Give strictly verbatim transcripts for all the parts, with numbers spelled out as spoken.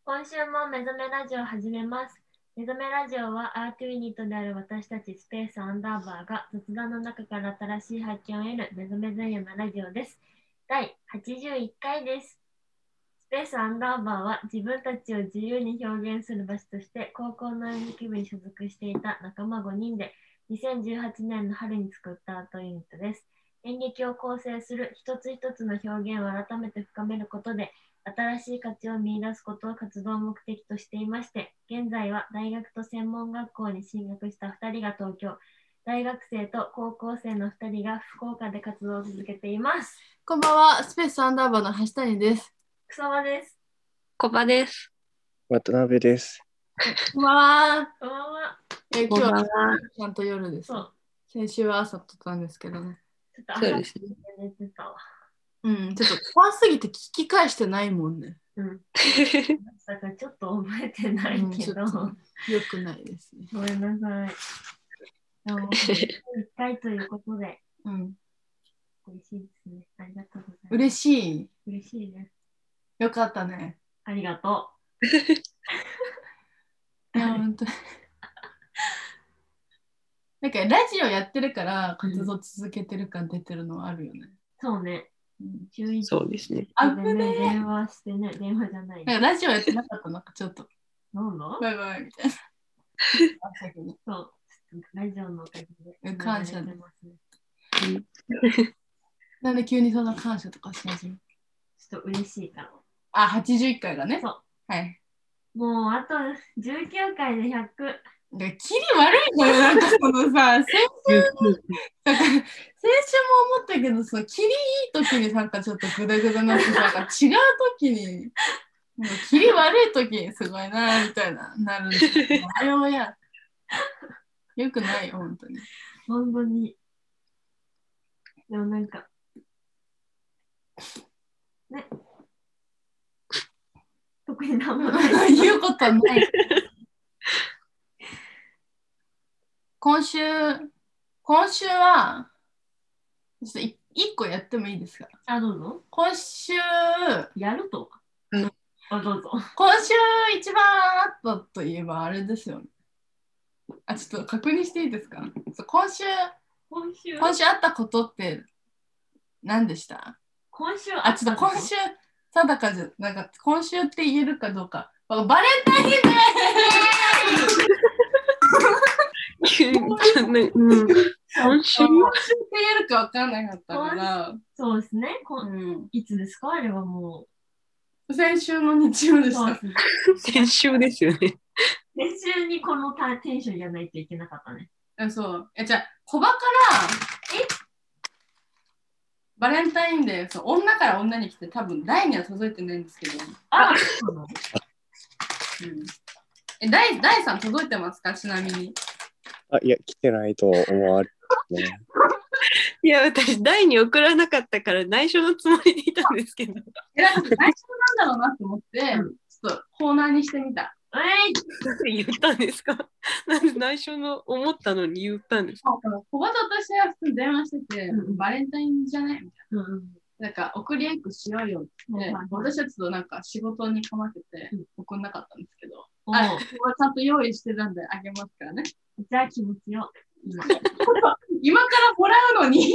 今週も目覚めラジオを始めます。目覚めラジオはアートユニットである私たちスペースアンダーバーが雑談の中から新しい発見を得る目覚め前夜のラジオです。だいはちじゅういっかいです。スペースアンダーバーは自分たちを自由に表現する場所として高校の演劇部に所属していた仲間ごにんでにせんじゅうはちねんの春に作ったアートユニットです。演劇を構成する一つ一つの表現を改めて深めることで新しい価値を見出すことを活動目的としていまして、現在は大学と専門学校に進学したふたりが東京、大学生と高校生のふたりが福岡で活動を続けています。 こんばんは、スペースアンダーバーの橋谷です。 草間です。 小葉です。 渡辺です。 こんばんは。 こんばんは。 えー、今日はちゃんと夜です。 そう。 先週は朝撮ったんですけどね。 ちょっと朝起きて寝てたわ。 うん、ちょっと怖すぎて聞き返してないもんね。 うん。だからちょっと覚えてないけど、 うん、よくないですね。 ごめんなさい。でもいっかいということで、 うん、 嬉しいですね。ありがとうございます。 嬉しい。 嬉しいね。 よかったね。 ありがとう。 いや、本当に。なんかラジオやってるから活動続けてる感出てるのはあるよね。 そうね。 うん、 そうですね。 あぶね。電話してね、電話じゃない。 なんかラジオやってなかったなんかちょっと。 なんだバイバイみたいな。 そう。ラジオのおかげで。 感謝でますね。 なんで急にそんな感謝とかし始める？ ちょっと嬉しいから。 あ、はちじゅういっかいがね。 そう。 はい。 もうあとじゅうきゅうかいでひゃく。 でキリ悪いんだよ、なんかそのさ、先週、なんか先週も思ったけどさ、キリいい時になんかちょっとグダグダになってさ、なんか違う時に、もうキリ悪い時にすごいなみたいな、なるんですよ。あれはや、よくないよ、本当に。 本当に。でもなんか、ね。特に何もない。 言うことない。今週、今週は、ちょっとい一個やってもいいですか？ あ、どうぞ。 今週、 やると。 うん、 あ、どうぞ。 今週一番あったといえばあれですよね。あ、ちょっと確認していいですか？今週、 今週、 今週あったことって何でした？ 今週あ、ちょっと今週、定かじゃ、なんか今週って言えるかどうか。バレンタインデーうん、今週って言えるか分かんなかったから。 そうですね。 うん、 いつですか？あれはもう。先週の日曜でした。 先週ですよね。 先週にこのテンションじゃないといけなかったね。 あ、そう。え、じゃあ、小バから、えバレンタインデー、そう、女から女に来て多分大には届いてないんですけど。 あ、そうなの？ うん、え、大、大さん届いてますか？ちなみに。 あ、いや、来てないと思われる、ね。 いや、私、大に送らなかったから内緒のつもりでいたんですけど。 え、なんか内緒なんだろうなって思って、うん、ちょっとコーナーにしてみた。 えい、言ったんですか？なんで内緒の思ったのに言ったんですか？ 小バと私は普通に電話してて、うん、バレンタインじゃないみたいな。うん、なんか送りエッグしようよって、うん、私はちょっとなんか仕事にかまけて送んなかったんですけど、うん、あ、ちゃんと用意してたんであげますからね。 じゃあ気持ちよ。 今からもらうのに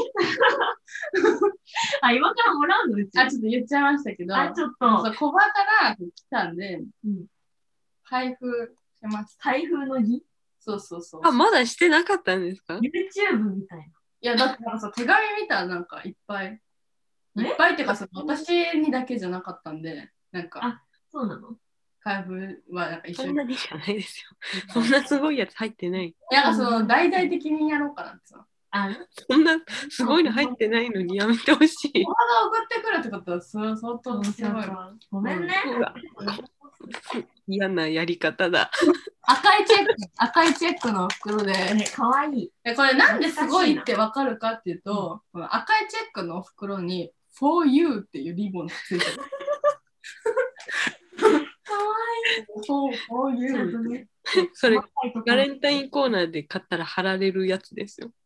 あ、今からもらうのうちあ、ちょっと言っちゃいましたけど、 あ、ちょっと小バから来たんで、うん、配布します。 配布の日？ そうそうそう。 あ、まだしてなかったんですか？ YouTube みたいな。いや、だってなんかさ、手紙見たらなんかいっぱい。いっぱいっていうかさ、私にだけじゃなかったんで、なんか。 あ、そうなの？ 配布はなんか一緒に。 そんなにじゃないですよ。そんなすごいやつ入ってない。 いや、その大々的にやろうかなってさ。 あ、 そんなすごいの入ってないのにやめてほしい。 小バが送ってくるってことは相当すごい。 ごめんね。 嫌なやり方だ。 赤いチェック、赤いチェックの袋で。 ね、かわいい。 これなんですごいってわかるかっていうと、この赤いチェックの袋に For You っていうリボンがついてる。 かわいい。 For, for You ね。 それバレンタインコーナーで買ったら貼られるやつですよ。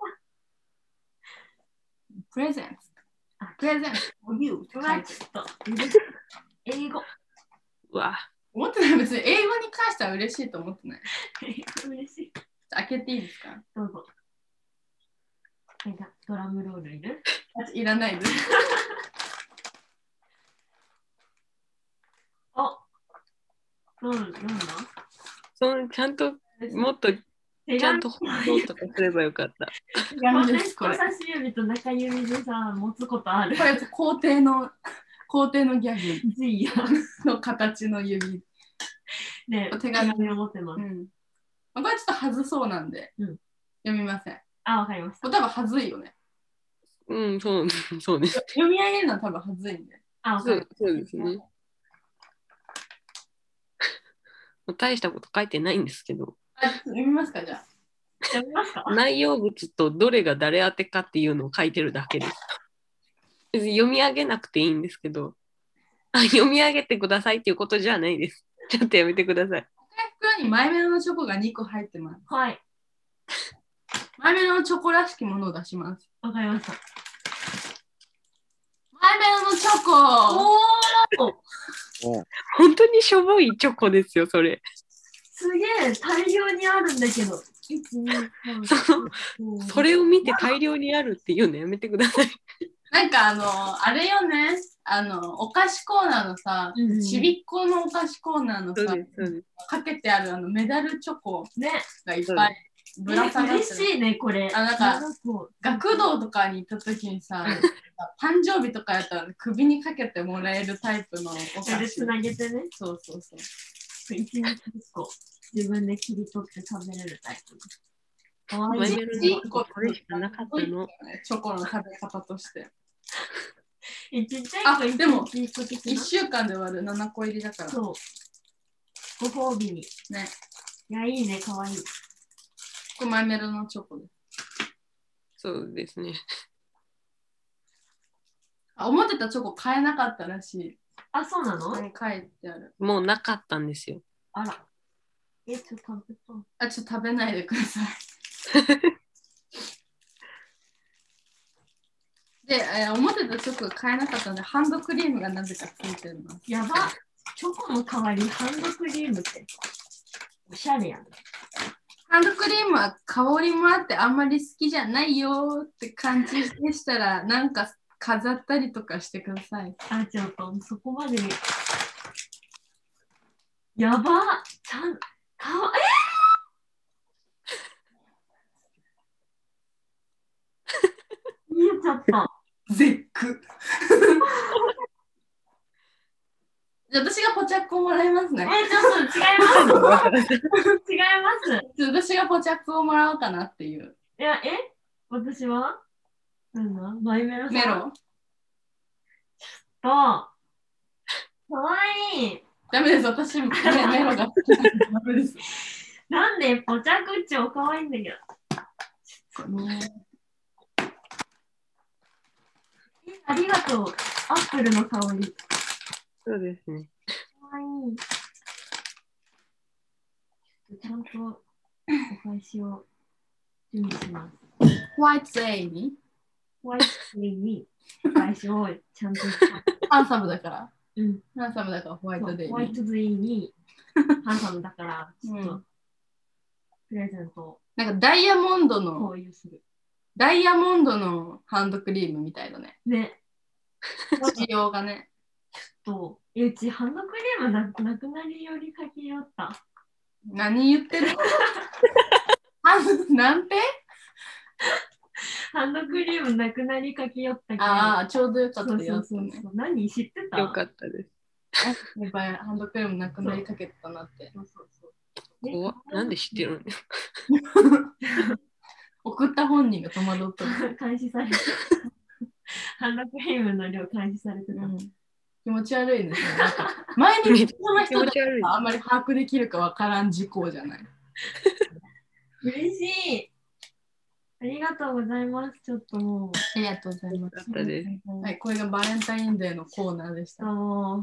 プレゼント。プレゼント for you って書いてる。 英語。 うわ、 思ってない。別に英語に関しては嬉しいと思ってない。 嬉しい。 開けていいですか？ どうぞ。ドラムロールいる？ いらないです。 あ、うん、なんだ？ そのちゃんともっとちゃんと放送とかすればよかった。 手紙ですこれ。 人差し指と中指でさ、持つことある。 これ皇帝の皇帝のギャグジーヤの形の指。 ね、 手紙を持ってます。 うん。これちょっとはずそうなんで、 うん、 読みません。 あ、わかりました。 これ多分はずいよね。 うん、そう、そうです。 読み上げるのは多分はずいんで。 あ、わかそうりました。 そうですね。大したこと書いてないんですけど。 あ、読みますかじゃあ。 読みますか？ 内容物とどれが誰宛てかっていうのを書いてるだけです。別に読み上げなくていいんですけど、あ、読み上げてくださいっていうことじゃないです。ちょっとやめてください。 袋にマイメロのチョコがにこ入ってます。 はい。 マイメロのチョコらしきものを出します。 わかりました。 マイメロのチョコおお本当にしょぼいチョコですよ、それ。 すげえ、大量にあるんだけど。いち、に、さん、 そそれを見て大量にあるっていうのやめてください。 なんかあの、あれよね、あの、お菓子コーナーのさ、 うんうん、 ちびっこのお菓子コーナーのさ、 そうです、そうです。 かけてあるあのメダルチョコね。 がいっぱいぶら下がってる。 嬉しいね、これ。 あ、なんか、学童とかに行った時にさ、誕生日とかやったら首にかけてもらえるタイプのお菓子。 つなげてね。 そうそうそう。 いちにちいっこ自分で切り取って食べれるタイプ。かわいい。 マイメロのチョコこれしかなかったの。 チョコの食べ方として。 え、ちっちゃいあ、 子でもいっしゅうかんで割るななこ入りだから。 そう。ご褒美に。 ね。 いや、いいね、かわいい。 これマイメロのチョコです。 そうですね。 あ、思ってたチョコ買えなかったらしい。 あ、そうなの？ 書いてある。 もうなかったんですよ。 あら。え、ちょっと食べた。 あ、ちょっと食べないでください。で、えー、思ってたチョコが買えなかったので、ハンドクリームがなぜかついてるの。 やば。チョコの代わりハンドクリームって。おしゃれやん。 ハンドクリームは香りもあってあんまり好きじゃないよって感じでしたら、なんか飾ったりとかしてください。 あ、ちょっとそこまで。やば。ちゃん、かわ、えー、見えちゃった。 絶句。じゃあ私がポチャックをもらいますね。 え、ちょっと違います。違います。 私がポチャックをもらおうかなっていう。 いや、え私はなんだマイメロさんメロと、かわいい。 ダメです。私、メメロが好きなんでダメです。 なんでポチャク超かわいいんだけど。ありがとう。アップルの香り。 そうですね。 かわいい。ちゃんとお返しを準備します。 ホワイトデイにホワイトデイにお返しをちゃんとハンサムだから。 うん。 ハンサムだからホワイトデイに。 ホワイトデイにハンサムだから、ちょっと、 うん、 プレゼントをなんかダイヤモンドの、 共有する。 ダイヤモンドのハンドクリームみたいだね。 ね。 仕様がね。 と、え、うちハンドクリームななくなりよりかけよった。 何言ってるなんてハンドクリームなくなりかけよったけど。 ああ、ちょうどよかったよ、 そうそうそうそう。何知ってた？ よかったです。 やっぱりハンドクリームなくなりかけてたなって。 そうそうそう怖っ。なんで知ってるんですか？ 送った本人が戸惑ったの。 監視されてハンドクリームの量監視されてた。 うん、気持ち悪いですね。なんか前に人の人だからあんまり把握できるかわからん事項じゃない。 嬉しい。ありがとうございます。ちょっともう。 ありがとうございます。はい、これがバレンタインデーのコーナーでした。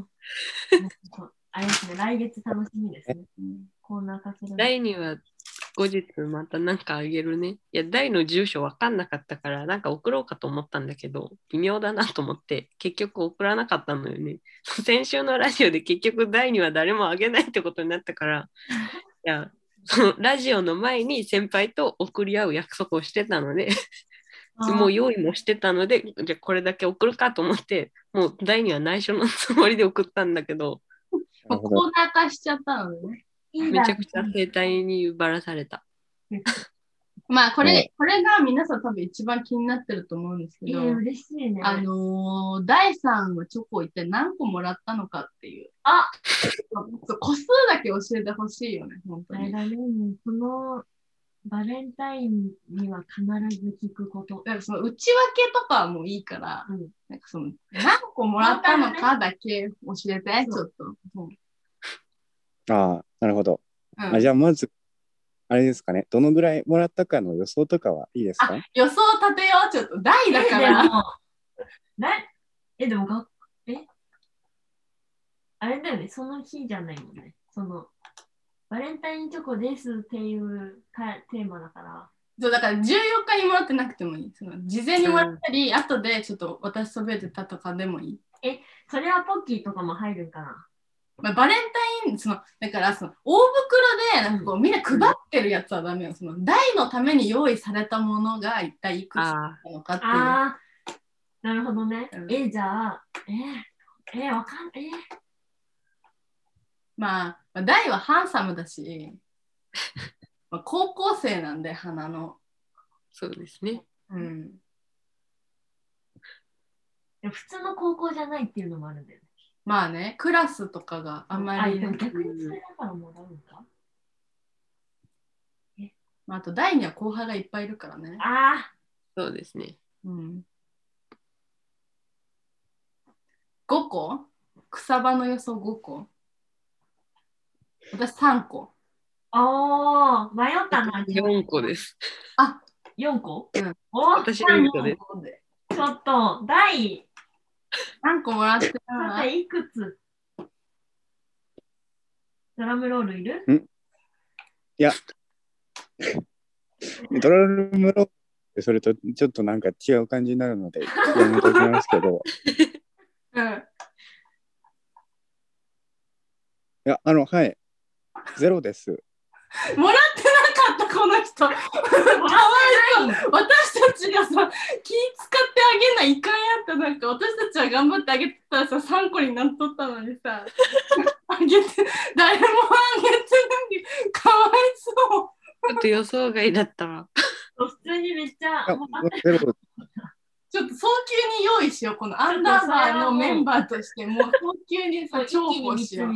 あれですね、来月楽しみですね。コーナーかける。 来には後日またなんかあげるね。いや、大の住所わかんなかったから、なんか送ろうかと思ったんだけど、微妙だなと思って、結局送らなかったのよね。先週のラジオで結局大には誰もあげないってことになったから、いや、そのラジオの前に先輩と送り合う約束をしてたので、もう用意もしてたので、じゃあこれだけ送るかと思って、もう大には内緒のつもりで送ったんだけど、 コーナー化しちゃったのでね。 めちゃくちゃ生態にばらされた。 まあこれ、これが皆さん多分一番気になってると思うんですけど、 えー、嬉しいね。 あのー、だいさんはチョコを一体何個もらったのかっていう。 あそう個数だけ教えてほしいよね、本当に。 あれだね、このバレンタインには必ず聞くこと。 だからその内訳とかはもういいから、 うん、 なんかその何個もらったのかだけ教えて、ちょっと。うんああ、なるほど。 うん、 あじゃあまず、あれですかね。どのぐらいもらったかの予想とかはいいですか？ あ予想立てよう、ちょっと。大だかえ、でら。 も、なえ、でもが、えあれだよね、その日じゃないもんね。その、バレンタインチョコですっていうかテーマだから。 そうだからじゅうよっかにもらってなくてもいい。その事前にもらったり、うん、後でちょっと私とべてたとかでもいい。 え、それはポッキーとかも入るんかな？ まあ、バレンタイン、そのだからその大袋でなんかこう、うん、みんな配ってるやつはダメよ。その大のために用意されたものが一体いくつなのかっていう。 ああ、なるほどね。うん、え、じゃあ、えー、えー、わかんえー、 まあ、大はハンサムだし、まあ、高校生なんで、花の。 そうですね。 うん。 普通の高校じゃないっていうのもあるんだよね。 まあね、クラスとかがあんまり。 あ、でも逆にそれだからもらうのか、 うん、え、まあ、あと大には後輩がいっぱいいるからね。 ああ。 そうですね。 うん。ごこ草場の予想ごこ私さんこ。 ああ、迷ったな。 よんこです。 あ、 よんこ、 うん、 お私よんこです。 ちょっと、大何個もらってるさて、いくつドラムロールいる？ んいや、ドラムロールそれとちょっとなんか違う感じになるのでやめときますけど。 うん。 いや、あの、はい。ゼロです。 もらってなかったこの人。かわいそう。私たちがさ、気使ってあげないかんやった。なんか私たちは頑張ってあげてたらさ、さんこになっとったのにさ、あげて、誰もあげてない。かわいそう。 ちょっと予想外だったわ。 普通にめっちゃ。 ゼロちょっと早急に用意しよう。このアンダーバーのメンバーとして、もう早急にさ、重宝しよう。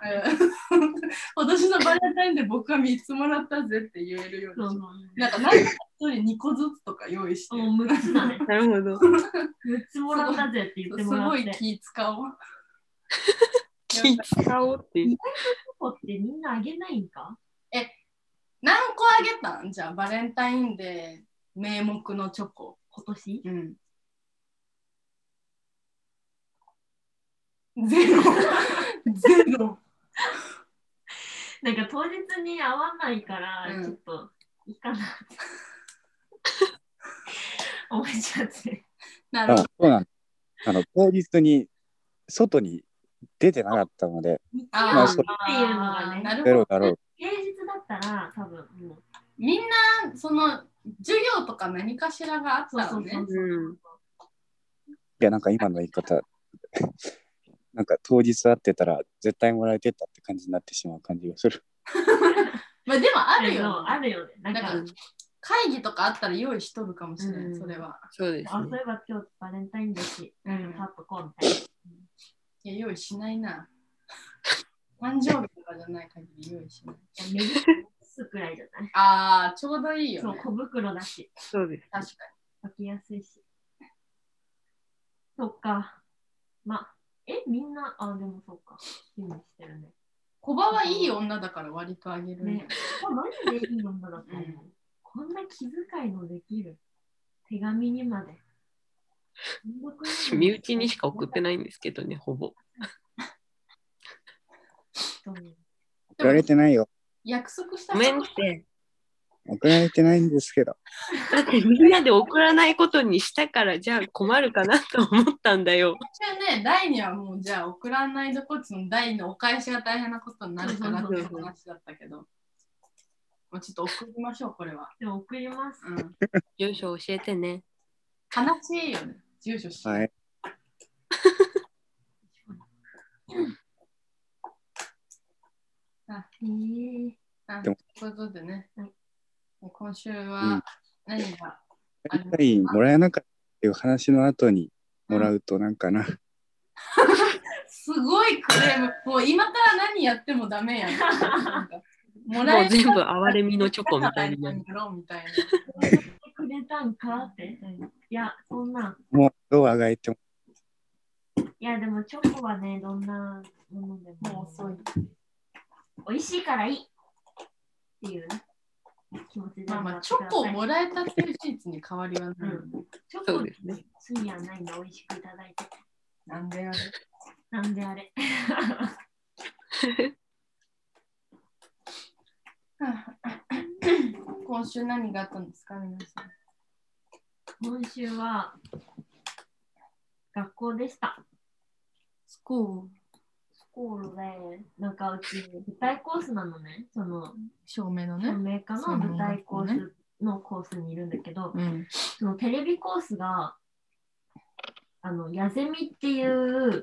私のバレンタインで僕はみっつもらったぜって言えるように。そうそうね、なんか何かひとりにこずつとか用意して。 もうむっつだね。 なるほど。 むっつもらったぜって言ってもらって。 すごい気使おう。 気使おうって。 意外とチョコってみんなあげないんか？ え、何個あげたんじゃあバレンタインデー名目のチョコ。 今年？ うん。ゼロ。ゼロ。 なんか当日に合わないから、ちょっといいかなって思いちゃって。 なるほど。 そうなんあの当日に外に出てなかったので、 あまあ、そうっていうのがね、 なるほどだろう。 平日だったら多分もうみんなその授業とか何かしらがあったらね。 いや、なんか今の言い方なんか当日会ってたら絶対もらえてたって感じになってしまう感じがする。 まあでもあるよ、 ね。あるよね。なんか会議とかあったら用意しとるかもしれない、うん、それは。 そうです、ね。 あ、そういえば今日バレンタインだし、うん、パッとこうみたいな。いや、用意しないな。誕生日とかじゃない限り用意しない。 メリスくらいじゃない？ ああ、ちょうどいいよ、ね。 そう、小袋だし。 そうです。 確かに。書きやすいし。そっか。まあ、え、みんな、あ、でもそっか。意味してるね。 コバはいい女だから割とあげるね。 ね、マジでいい女だと思う。うん、こんな気遣いのできる手紙にまで。 身内にしか送ってないんですけどね、ほぼ。 送られてないよ。 約束したごめんって。 送られてないんですけど。 だってみんなで送らないことにしたからじゃあ困るかなと思ったんだよ。 じゃあね、大にはもうじゃあ送らないどこっちの大のお返しが大変なことになるからっていう話だったけど、もうちょっと送りましょう、これは。 でも送ります。 うん。 住所教えてね。 悲しいよね、住所し。 はい。 あ、 えー、 あ、 でもということでね、 はい、 今週うんは何がありますやっぱりもらえなかったっていう話の後にもらうとなんかな。 すごいクレーム。もう今から何やってもダメやん。なんかもらえもう全部哀れみのチョコみたいになる。 やろうみたいくれたんかって。いや、そんな。 もうどうあがいても。 いや、でもチョコはね、どんなものでも。 もう遅い。 美味しいからいいっていうね、気持ちで。 まあまあ、チョコをもらえたっていう事実に変わりはない。 うん、チョコそうですね。 罪はないんだ、美味しくいただいて。 なんであれなんであれ今週何があったんですか、皆さん。 今週は学校でした。 スコール。 スコールで、なんかうち舞台コースなのね、その照明のね。 照明家の舞台コースのコースにいるんだけど、 うん、 そのテレビコースが、あの、やゼミっていう、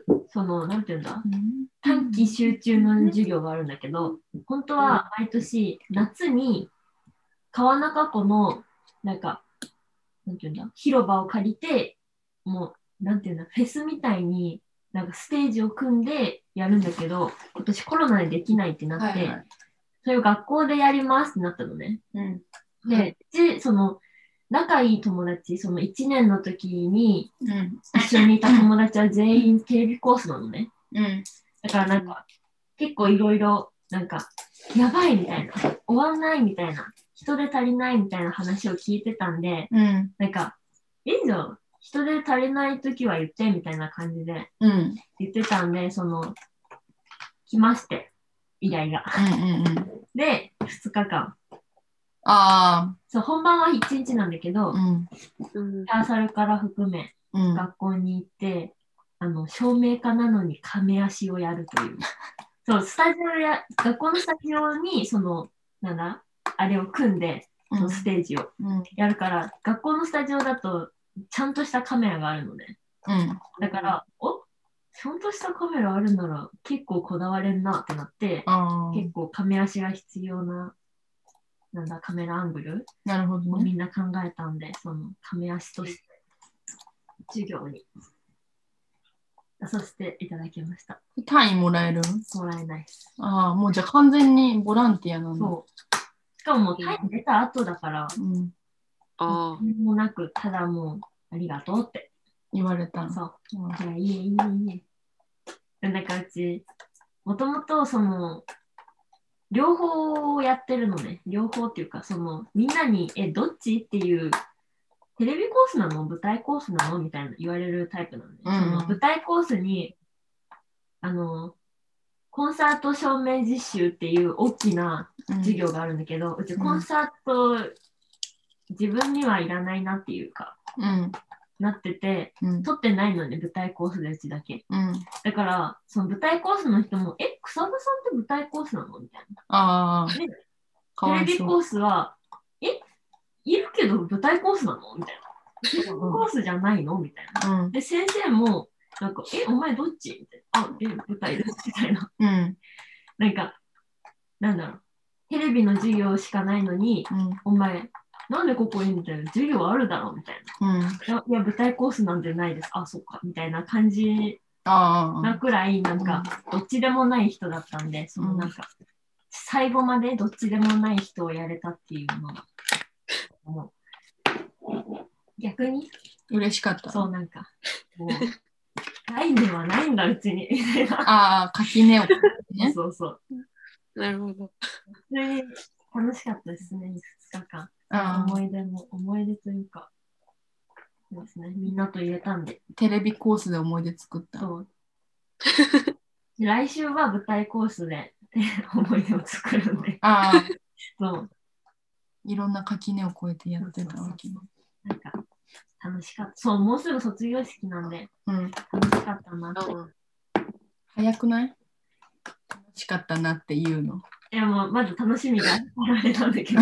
その、なんていうんだ、うん、短期集中の授業があるんだけど、本当は毎年夏に川中湖の、なんか、なんていうんだ、広場を借りて、もう、なんていうんだ、フェスみたいに、なんかステージを組んでやるんだけど、今年コロナでできないってなって、はいはい、それを学校でやりますってなったのね。うん、で、はい、で、その、仲いい友達、そのいちねんの時に一緒にいた友達は全員テレビコースなのね。うん、だからなんか、結構いろいろ、なんか、やばいみたいな、終わんないみたいな、人手足りないみたいな話を聞いてたんで、うん、なんか、いいじゃん。人手足りないときは言ってみたいな感じで言ってたんで、うん、その、来まして、依頼が。うんうんうん、で、ふつかかん。ああ。そう、本番はいちにちなんだけど、うん、リハーサルから含め、うん、学校に行って、あの、照明家なのに亀足をやるという。そう、スタジオや、学校のスタジオに、その、なんだ、あれを組んで、そのステージをやるから、うん、学校のスタジオだと、ちゃんとしたカメラがあるのね。うん、だから、おちゃんとしたカメラあるなら結構こだわれんなってなって、結構カメ足が必要な、なんだ、カメラアングルなるほど、ね、みんな考えたんで、そのカメ足として授業に出させていただきました。 単位もらえる？ もらえないです。 ああ、もうじゃあ完全にボランティアなんだ。 そう。しかも単位出た後だから、うん、あもなく、ただもう、ありがとうって言われた。 そう。うん、いや、いいえ、いいえ、いいえ。なんかうち、もともとその、両方やってるのね。両方っていうか、その、みんなに、え、どっちっていう、テレビコースなの舞台コースなのみたいな言われるタイプなのね。うん、その舞台コースに、あの、コンサート照明実習っていう大きな授業があるんだけど、うん、うちコンサート、うん自分にはいらないなっていうか、うん、なってて、うん、撮ってないのね、舞台コースでうちだけ。うん、だから、その舞台コースの人も、え、草間さんって舞台コースなのみたいな。あでテレビコースは、え、いるけど舞台コースなのみたいな。テレビコースじゃないのみたいな。うん、で、先生も、なんか、え、お前どっちみたいな。あ、え、舞台ですみたいな。うん、なんか、なんだろう。テレビの授業しかないのに、うん、お前、なんでここにみたいな授業あるだろうみたいな、うんいや。いや、舞台コースなんてないです。あ、そっか。みたいな感じなくらい、なんか、どっちでもない人だったんで、そのなんか、最後までどっちでもない人をやれたっていうのが、もう、逆に嬉しかった。 そう、なんか、もう、概念はないんだ、うちに。 ああ、垣根を、 ね。そうそうそう。なるほど。 普通に楽しかったですね、ふつかかん。思い出も、思い出というか、そうですね、みんなと言えたんで。 テレビコースで思い出作った。そう。 来週は舞台コースで思い出を作るんで。ああ。そう。 いろんな垣根を越えてやってたわけね。 なんか楽しかった。そう、もうすぐ卒業式なんで、 うん、 楽しかったなって。 早くない？楽しかったなっていうの。 いや、もうまず楽しみがあれなんだけど。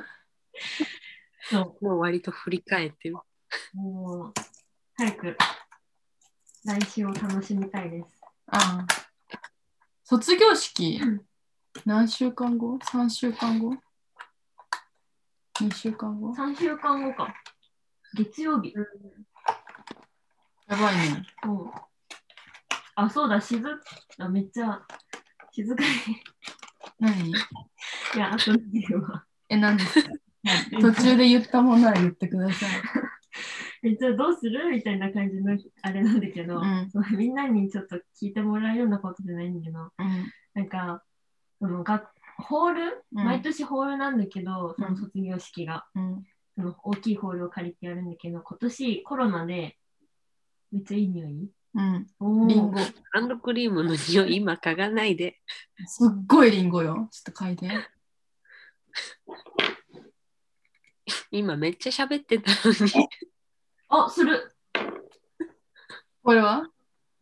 そうもう割と振り返ってる。 もう早く来週を楽しみたいです。 ああ。卒業式何週間後？ さん 週間後 ?に 週間後さん 週間後か。月曜日。 やばいね。 うん。あ、そうだ、しずあめっちゃ静かに。 何？ いや、あとで言うわ。 え、何ですか？途中で言ったものは言ってください。 え、じゃあどうするみたいな感じのあれなんだけど、 うん、 そうみんなにちょっと聞いてもらえるようなことじゃないんだけど、 うん、 なんか、その学ホール、 うん、 毎年ホールなんだけど、その卒業式が、 うん、 その大きいホールを借りてやるんだけど、今年コロナでめっちゃいい匂い。 うん。 おリンゴ。 ハンドクリームの匂い今嗅がないで。 すっごいリンゴよ。ちょっと嗅いで。 今めっちゃ喋ってたのに。 あ、する。 これは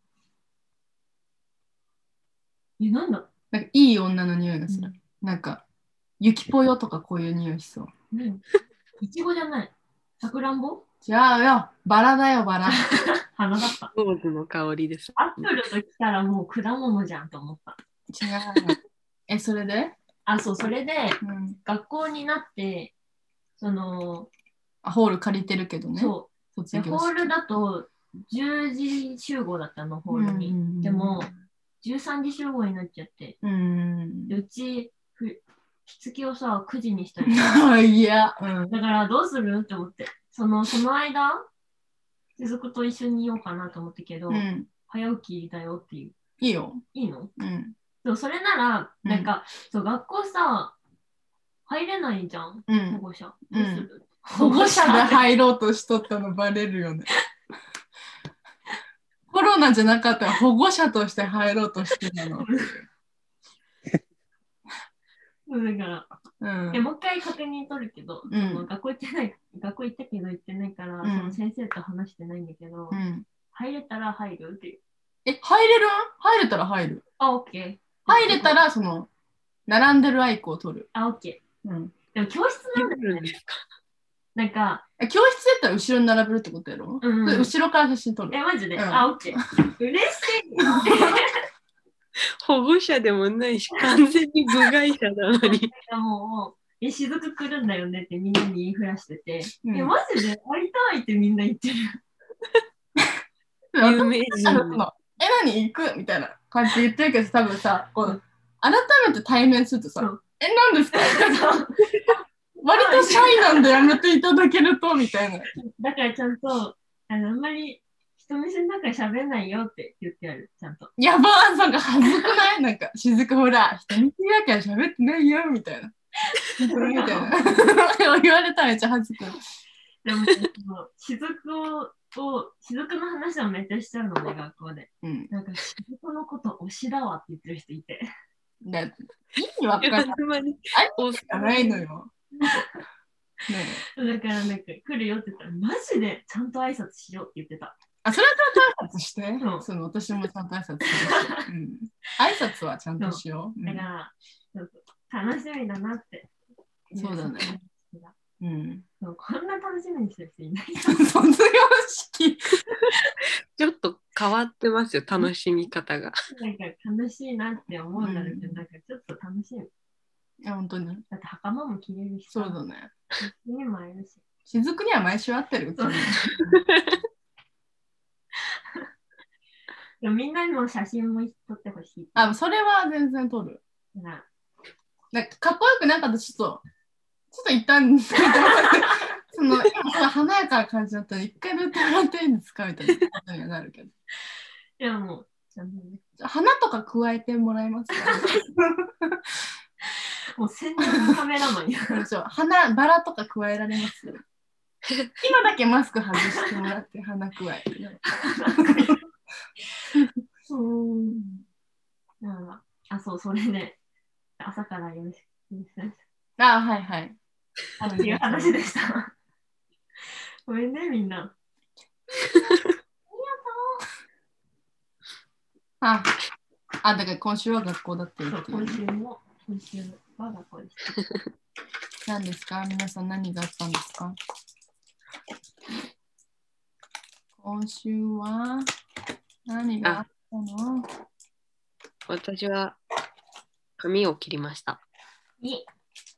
え、なんだなんかいい女の匂いがする。うん、なんか、ゆきぽよとかこういう匂いしそう。 うん。いちごじゃない。さくらんぼ違うよ。バラだよ、バラ。 花だった。 ローズの香りです。 アップルと来たらもう果物じゃんと思った。 違う。え、それであ、そう、それで、 うん、 学校になって、その、 あ、ホール借りてるけどね。 そう。 卒業式ホールだとじゅうじ集合だったの、ホールに。うん、でも、じゅうさんじ集合になっちゃって。 うん、 でうち、日付をさ、くじにしたり。 いや、うん、 だからどうするって思って。その、その間、雫と一緒にいようかなと思ったけど、うん、早起きだよっていう。 いいよ。 いいの？ うん。 そう、それなら、なんか、うん、そう、学校さ、入れないじゃん、 うん、 保護者。どうする？ うん、保護者で入ろうとしとったのバレるよね。コロナじゃなかったら保護者として入ろうとしてたの。 だから、うん、えもう一回確認取るけど、 うん、 その学校行ってない、学校行ったけど行ってないから、うん、その先生と話してないんだけど、うん、入れたら入るっていう。 え、入れる？入れたら入る。 あ、オッケー。 入れたら、その、並んでるアイコを取る。 あ、オッケー。うん。 でも教室なんだよね。なんか、 教室だったら後ろに並べるってことやろ？うん、うん、後ろから写真撮る。 え、マジで、うん、あ、オッケー。嬉しい。 保護者でもないし、完全に部外者なのに。 もう、え、雫来るんだよねってみんなに言いふらしてて、うん、え、マジで会いたいってみんな言ってる。 有名人。 え、何行くみたいな感じで言ってるけど、多分さ、こう改めて対面するとさ、うん、え、何ですか割とシャイなんでやめていただけると、みたいな。 だからちゃんと、あの、あんまり人見せなんか喋んないよって言ってある、ちゃんと。 やばー、なんか恥ずくないなんか、雫ほら、人見せだから喋ってないよ、みたいな。みたいな。言われたらめっちゃ恥ずくない。 でも、雫を、を雫の話をめっちゃしちゃうのね、学校で。うん、なんか、雫のこと推しだわって言ってる人いて。 だ意味わかんない。あれしかないのよ。ね、 だからなんか来るよって言ったらマジでちゃんと挨拶しようって言ってた。 あ、それはちゃんと挨拶して。うん、その私もちゃんと挨拶するし、うん。挨拶はちゃんとしよう。 だから、楽しみだなって。 そうだね。うん、 こんな楽しみにしてる人いない。 卒業式ちょっと変わってますよ、楽しみ方が。 なんか楽しいなって思うんだけど、うん、なんかちょっと楽しみ。 いや、本当に。 だって袴も着れるし。 そうだね。 にも会えるし。 雫には毎週会ってる。 でもみんなにも写真も撮ってほしい。 あ、それは全然撮る。ななんかかっこよくなかったらちょっと、ちょっと一旦、その、華やかな感じだったら一回塗ってもらっていいんですかみたいなことにはなるけど。 いや、もう、ちゃんとね。 花とか加えてもらえますかもう専門カメラマンや。 花、バラとか加えられます今だけマスク外してもらって花加えて。 そう。あ、そう、それで、朝からよろしく。 あ、はいはい。 っていう話でした。ごめんね、みんな。 あ、あ、だから今週は学校だって言ってる。 今週も、今週は学校でした。 何ですか？皆さん何があったんですか？今週は何があったの？ 私は髪を切りました。 いい。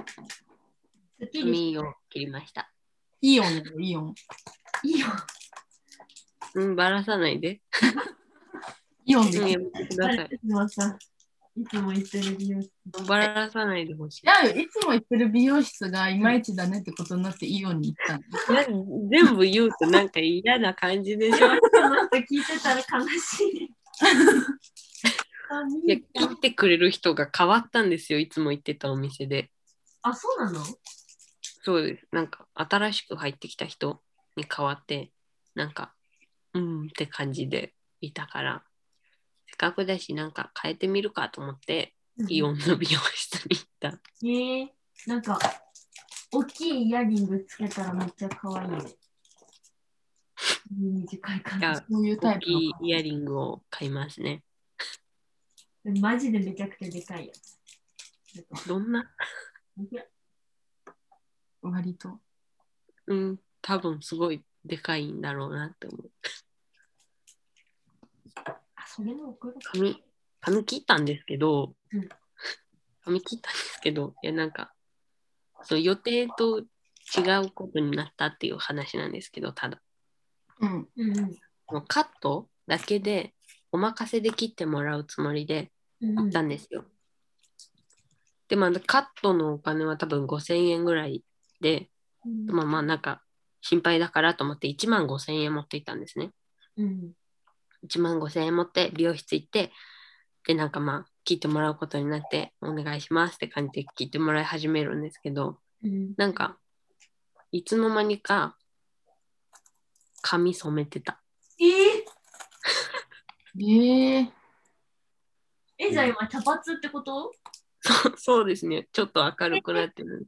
髪を切りました。 イオンよ、イオン。 イオン。 うん、ばらさないで。 イオンでやめてください。 いつも行ってる美容室。 ばらさないでほしい。 いや、いつも行ってる美容室がいまいちだねってことになってイオンに行ったんです。 全部言うとなんか嫌な感じでしょ。 聞いてたら悲しい。 いや、切ってくれる人が変わったんですよ、いつも行ってたお店で。 あ、そうなの？ そうです。なんか新しく入ってきた人に変わって、なんか、うんって感じでいたから、せっかくだし、なんか変えてみるかと思って、うん、イオンの美容室に行った。 えー、なんか、大きいイヤリングつけたらめっちゃ可愛いね。短い感じ。 そういうタイプの大きいイヤリングを買いますね。 マジでめちゃくちゃでかいやつ。どんな割と。 うん、多分すごいでかいんだろうなって思う。 あ、それも送る髪、髪切ったんですけど、 うん、 髪切ったんですけど、いやなんか、その予定と違うことになったっていう話なんですけど、ただ。 うんうんうん、カットだけでお任せで切ってもらうつもりで行ったんですよ。うん、で、まあ、カットのお金は多分ごせんえんぐらいで、うん、まあまあなんか心配だからと思っていちまんごせんえん持っていったんですね。 うん、 いちまんごせんえん持って美容室行って、で、なんかまあ切ってもらうことになって、お願いしますって感じで切ってもらい始めるんですけど、うん、なんか、いつの間にか髪染めてた。 えー、えー、 え、じゃあ今茶髪ってこと？ そうそうですね。ちょっと明るくなってる。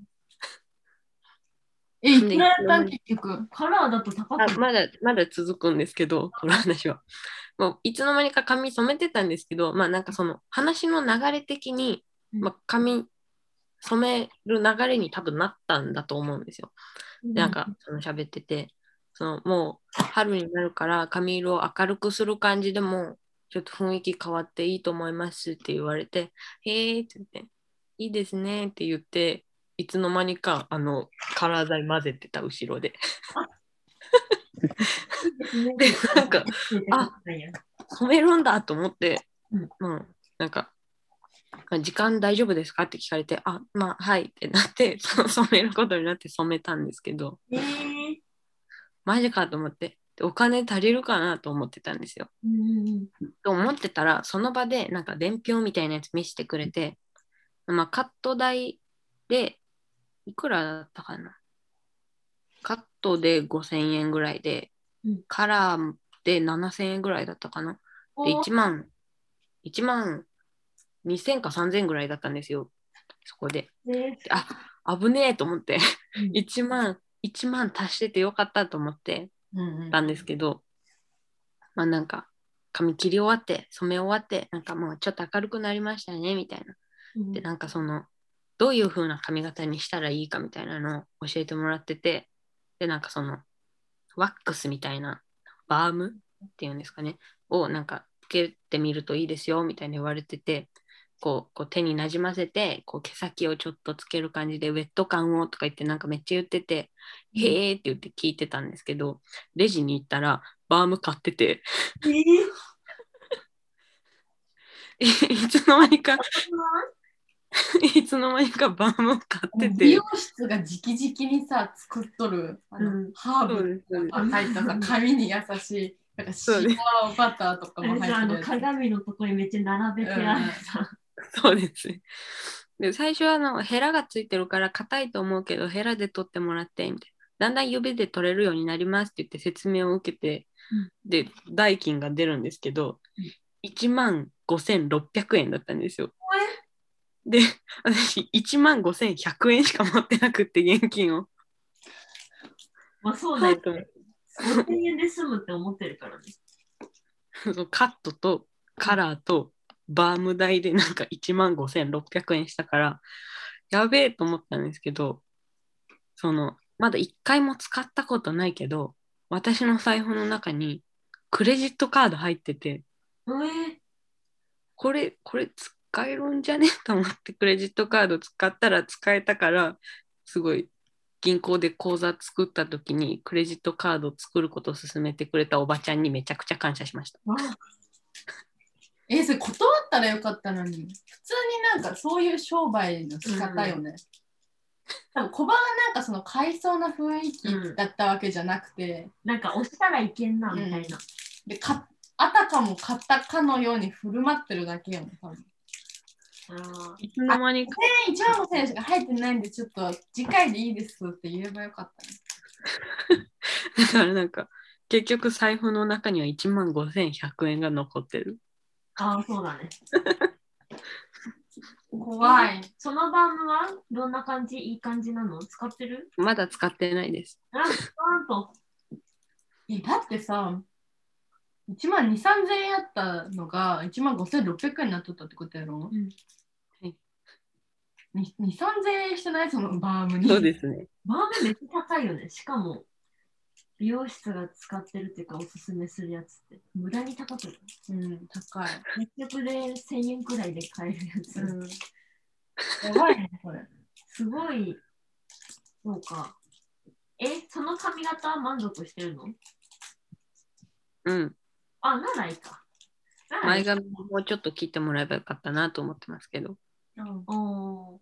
え、いくらやったん結局。 カラーだと高くあまだ、まだ続くんですけど、この話は。もういつの間にか髪染めてたんですけど、まあなんかその話の流れ的に、まあ、髪染める流れに多分なったんだと思うんですよ。でなんかその喋ってて、そのもう春になるから髪色を明るくする感じでもちょっと雰囲気変わっていいと思いますって言われて、へーって言って、いいですねって言って、いつの間にかあのカラー剤混ぜてた後ろで。で、なんか、あ、染めるんだと思って、うん、まあ、なんか、時間大丈夫ですかって聞かれて、あ、まあ、はいってなって、染めることになって染めたんですけど、 えー、 マジかと思って、お金足りるかなと思ってたんですよ。 うん、 と思ってたら、その場で、なんか伝票みたいなやつ見せてくれて、まあ、カット代で、いくらだったかな。カットでごせんえんぐらいで、うん、カラーでななせんえんぐらいだったかな。で、いちまん、いちまんにせんかさんぜんぐらいだったんですよ。そこで。であ、危ねえと思って、うん、いちまん、いちまん足しててよかったと思ってたんですけど、うんうん、まあなんか、髪切り終わって、染め終わって、なんかもうちょっと明るくなりましたね、みたいな。うん、で、なんかその、どういう風な髪型にしたらいいかみたいなのを教えてもらってて、で、なんかその、ワックスみたいな、バームっていうんですかね、をなんかつけてみるといいですよみたいに言われてて、こうこう手になじませて、こう毛先をちょっとつける感じでウェット感をとか言ってなんかめっちゃ言ってて、うん、へーって言って聞いてたんですけど、レジに行ったらバーム買ってて、えー、いつの間にかいつの間にかバーム買ってて、 美容室が直々にさ作っとるあの、うん、ハーブが入ったさ髪に優しいなんかシアーバターとかも入ってるあの鏡のとこにめっちゃ並べてあるさ、 うん、そうですで最初はあのヘラがついてるから硬いと思うけどヘラで取ってもらってみたいな、だんだん指で取れるようになりますって言って説明を受けて、うん、で代金が出るんですけど、うん、いちまんごせんろっぴゃくえんだったんですよ。でで、私いちまんごせんひゃくえんしか持ってなくって、現金を。 まあそうだよね。ごせんえんで済むって思ってるからね。 カットとカラーとバーム代でなんかいちまんごせんろっぴゃくえんしたから、やべえと思ったんですけど、その、まだいっかいも使ったことないけど、私の財布の中にクレジットカード入ってて、 えー、 これ、これ使えるんじゃねと思ってクレジットカード使ったら使えたから、すごい銀行で口座作った時にクレジットカードを作ることを勧めてくれたおばちゃんにめちゃくちゃ感謝しました。 えー、それ断ったらよかったのに。普通になんかそういう商売の仕方よね。うん、多分小バがなんかその買いそうな雰囲気だったわけじゃなくて、 うん、なんか押したらいけんなみたいな。うん、 でかあたかも買ったかのように振る舞ってるだけよね、多分。 あいつの間にかいちまんごせんえんしか入ってないんで、ちょっと次回でいいですって言えばよかったね。 だからなんか結局財布の中にはいちまんごせんひゃくえんが残ってる。 ああ、そうだね。 怖い。 そのバームはどんな感じ？いい感じなの？使ってる？ まだ使ってないです。 あ、なんと。 え、だってさ、いちまんにせんさんぜんえんあったのがいちまんごせんろっぴゃくえんになっとったってことやろ？うん。はい。に、に、さんぜんえんしてないそのバームに。 そうですね。 バームめっちゃ高いよね。しかも、美容室が使ってるっていうか、おすすめするやつって、無駄に高くない？ うん、高い。 結局でせんえんくらいで買えるやつ。うん、 やばいね、これ。 すごい、そうか。え、その髪型は満足してるの？ うん。 あ、ならいいか。 前髪もうちょっと切ってもらえばよかったなと思ってますけど。 うん、お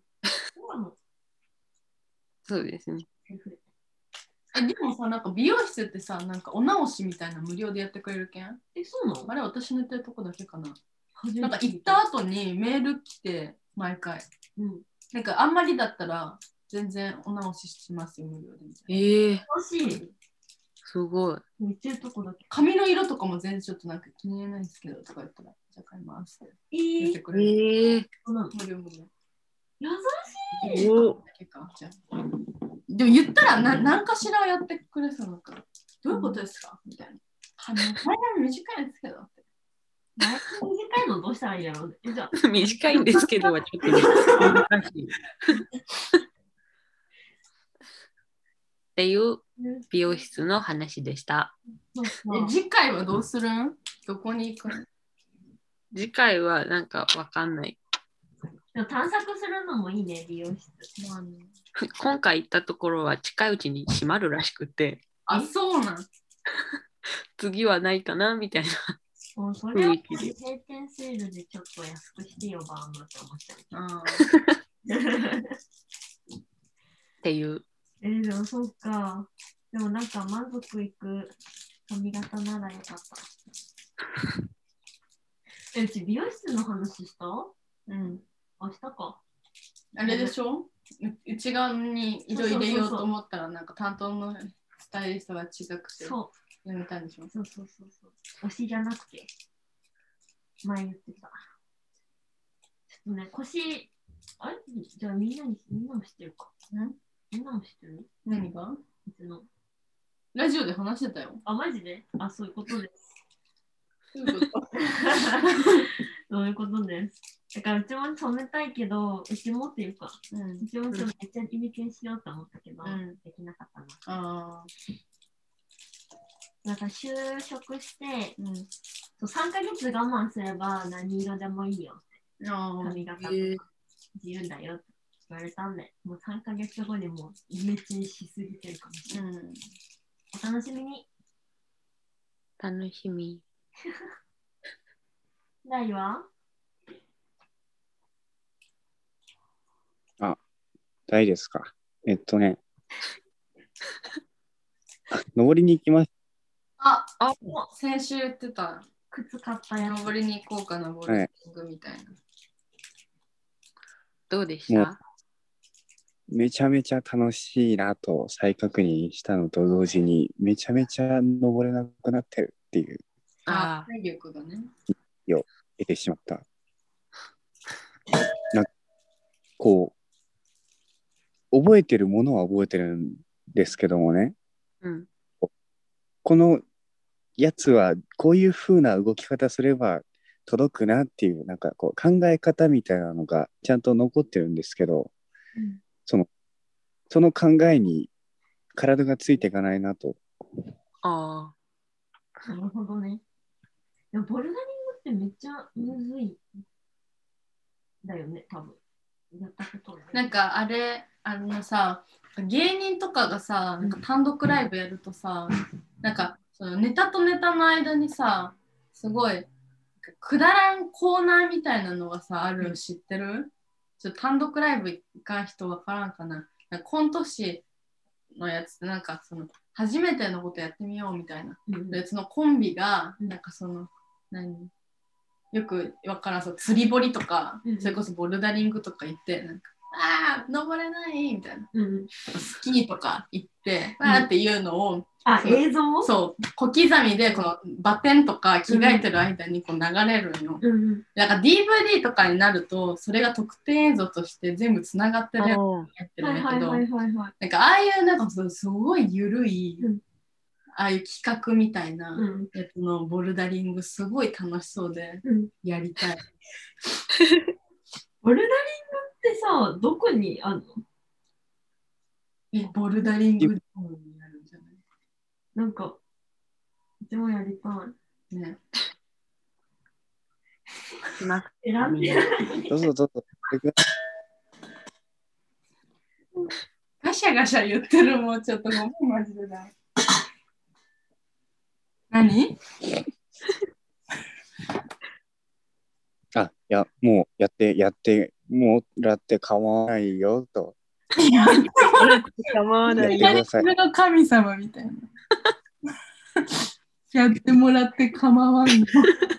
そうですね。 え、でもさ、なんか美容室ってさ、なんかお直しみたいな無料でやってくれるけん？ え、そうなの？ あれ、私の言ってるとこだけかな。なんか行った後にメール来て、毎回。うん。なんかあんまりだったら、全然お直ししますよ、無料で。 ええー。 欲しい。 すごい。 言ってるとこだけ。 髪の色とかも全然ちょっとなんか気に入らないんですけど、とか言ったら、じゃあ買いますって言ってくれる。えー、無料無料。 優しい。 おでも言ったらな何かしらやってくれそうなんか、どういうことですか、うん、みたいな。前髪短いんですけどって。 前髪短いのどうしたらいいやろう。じゃ短いんですけどはちょっと難しい。っていう美容室の話でした。 え、次回はどうするん？どこに行くの？ 次回はなんかわかんない。 でも探索するのもいいね、美容室。まあね、 今回行ったところは近いうちに閉まるらしくて。 あ、そうなん。 次はないかなみたいな。 もうそれは閉店セールでちょっと安くしてよ、バームって思っちゃう。あっていう。 えー、でもそうか。でもなんか満足いく髪型ならよかった。え、うち美容室の話した？うん。あ、したか。 あれでしょ？内側に色入れようと思ったらなんか担当のスタイリストが違くてやめたんでしょ？ そうそうそうそう。推しじゃなくて前言ってた。ちょっとね、腰、あれじゃあみんなに、みんなも知ってるか。んみんなも知ってる？ 何が？ いつのラジオで話してたよ。 あ、マジで？あ、そういうことです。そういうことです。だからうちも染めたいけど、うちもっていうか、うん、うちもちょっとめっちゃイメチェンしようと思ったけど、うん、できなかったな。あなんか就職して、うん、そうさんかげつ我慢すれば何色でもいいよって。髪型とか自由だよって言われたんで、もうさんかげつごにもうイメチェンしすぎてるかもしれない。うん、お楽しみに。 楽しみ。 ないわ。 あ、大ですか。えっとね、登りに行きます。 あ、あ、先週言ってた。 靴買ったやつ。 登りに行こうかな、ボーリングみたいな。はい、 どうでした？ めちゃめちゃ楽しいなと再確認したのと同時に、めちゃめちゃ登れなくなってるっていう。 ああ、体力がね。 を得てしまった。なこう、覚えてるものは覚えてるんですけどもね、 うん。 このやつはこういう風な動き方すれば届くなっていう、なんかこう考え方みたいなのがちゃんと残ってるんですけど、 うんその、その考えに体がついていかないなと。 あなるほどね。でもボルダリングってめっちゃむずい。だよね、多分。やったことない。 なんかあれ、あのさ、芸人とかがさ、なんか単独ライブやるとさ、なんかそのネタとネタの間にさ、すごいくだらんコーナーみたいなのがさ、あるの知ってる？ちょっと単独ライブ行かん人わからんかな。なんかコント師のやつってなんかその初めてのことやってみようみたいなうんやつのコンビがなんかその何よくわからんそう釣り堀とか、 うんそれこそボルダリングとか行ってなんかあー登れないみたいなうん、 スキーとか行ってうんわーっていうのを、 あ、 そう映像そう小刻みでこのバテンとか着替えてる間にこう流れるんよ、 うんうん。 なんか ディーブイディー とかになるとそれが特典映像として全部つながってるやつあ。 に入ってるんだけど、 はいはいはいはいはい。 なんかああいうなんかそうすごい緩い、 うんああいう企画みたいなうんやつのボルダリングすごい楽しそうでうん。 やりたい。 ボルダリングってさ、どこにあるの？ えボルダリングドームになるんじゃななんか、うちもやりたい。 いね。 な選んでない。 どうぞどうぞ。 ガシャガシャ言ってるもうちょっとごめんマジでだ。何？ あ、いや、もうやって、やってもらって構わないよと。 構わないよ。 やってくださいそれが神様みたいな。やってもらって構わんよ。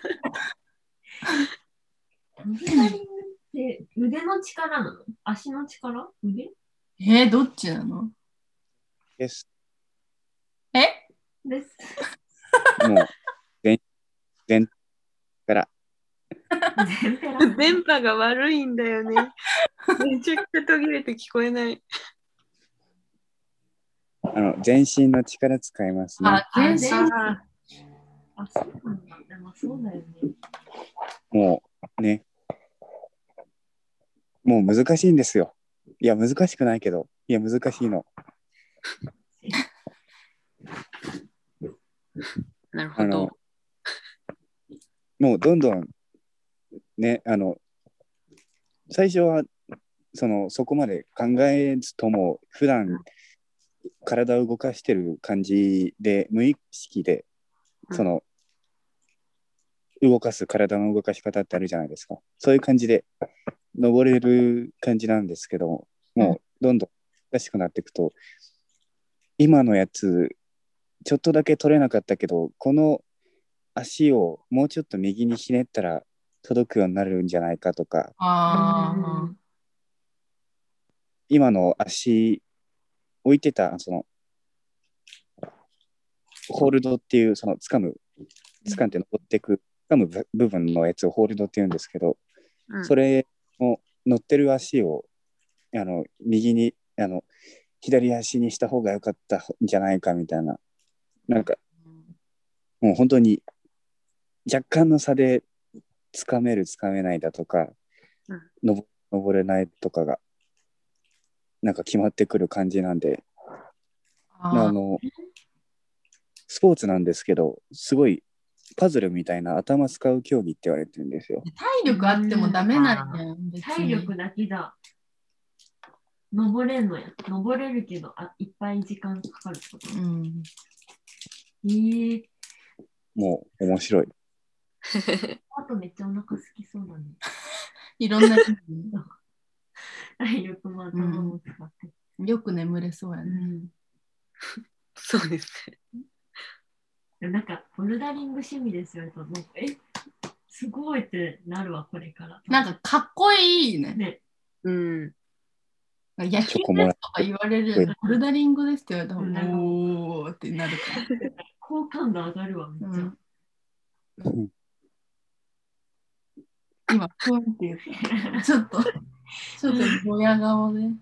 ボルダリングって腕の力なの？足の力？腕えー、どっちなの？ です。 えです。 もう、全、全から。 全ペラ。 電波が悪いんだよね。めちゃくちゃ途切れて聞こえない。 あの、全身の力使いますね。 あ、全身。 ああ、そうなんだ。でもそうだよね。 もう、ね。もう難しいんですよ。いや、難しくないけど。いや、難しいの。 なるほどあの。、もうどんどん、ね、あの、最初は、その、そこまで考えずとも、普段、体を動かしてる感じで、無意識で、その、動かす体の動かし方ってあるじゃないですか。そういう感じで登れる感じなんですけど、もうどんどん難しくなっていくと、今のやつ、ちょっとだけ取れなかったけど、この足をもうちょっと右にひねったら届くようになるんじゃないかとか、 あー今の足、置いてた、その、ホールドっていう、その、掴む、掴んで登っていく、掴む部部分のやつをホールドっていうんですけど、 うんそれを乗ってる足を、あの、右に、あの、左足にした方が良かったんじゃないかみたいな、なんか、もう本当に若干の差で掴める、掴めないだとか、 うん登登れないとかが、なんか決まってくる感じなんで、ああーの、スポーツなんですけど、すごいパズルみたいな頭使う競技って言われてるんですよ。 体力あってもダメなんやん、別に。 体力だけだ。登れんのや。登れるけど、あ、いっぱい時間かかるってこと。 うん。 えー、 もう面白い。 あとめっちゃお腹空きそうだね。 いろんな体力も頭も使って。 よく眠れそうやね。 うん。 そうですね。 なんか、ボルダリング趣味ですよと、なんか、え、すごいってなるわ、これから。 なんかかっこいいね。 ね、 うん。 野球チョコもらですとか言われる、ボルダリングですって言われたうんら、おーってなるから。 好感度上がるわ、めっちゃ。 うんうん今、ふんって言った。ちょっと、 ちょっとドヤ顔で。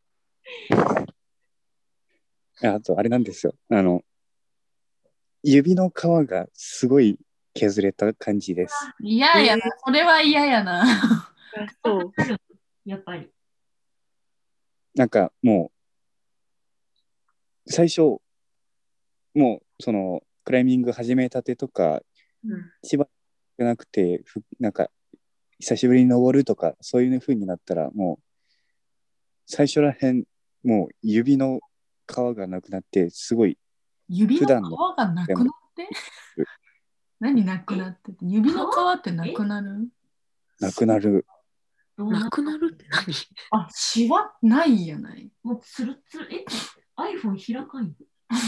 あと、あれなんですよ。あの、指の皮がすごい削れた感じです。 嫌やな、それは嫌やな。 そう。 やっぱり。 なんかもう、最初、もう、その、クライミング始めたてとか、 うん、 しばらくなくて、ふなんか、久しぶりに登るとか、そういう風になったら、もう、最初らへん、もう指の皮がなくなって、すごい、 指の皮普段のがなくなって何なくなってて指の皮ってなくなるなくなる。 どうななくなるって何？ あ、シワないんやない。 もうつるつる。え ?iPhone 開かんよ。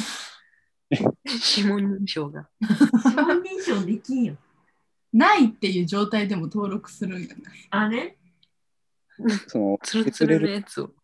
指紋認証が。 指紋認証できんよ。 ないっていう状態でも登録するんやない。 あれその、 ツルツルのやつを。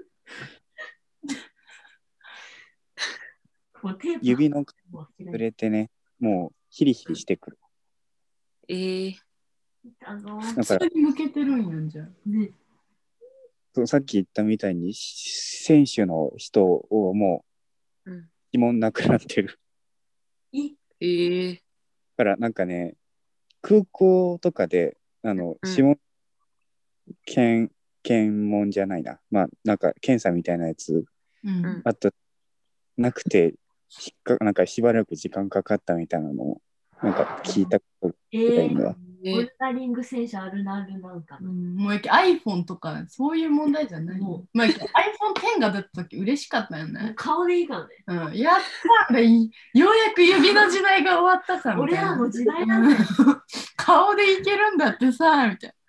もうテープ指の皮もう触れてね、もう、ヒリヒリしてくる。 えー、 あのだから普通に向けてるんやんじゃ。 ね、 そうさっき言ったみたいに、選手の人をもう、 うん、 指紋なくなってる。 いえー、 だからなんかね、空港とかで、あの、 うん指紋、検、検問じゃないな。まあ、なんか検査みたいなやつうんうんあった、なくて、しっかなんかしばらく時間かかったみたいなのを、なんか聞いたことえがいるのは。 ー、ボルダリング選手あるなるなんかな。 うん、もう iPhone とかそういう問題じゃない。 もうまあ、iPhone テンが出た時嬉しかったよもうね。 顔でいいからね。 うん、やったんだいようやく指の時代が終わったからみたいな。 俺らの時代なんだよ。 うん顔でいけるんだってさ、みたい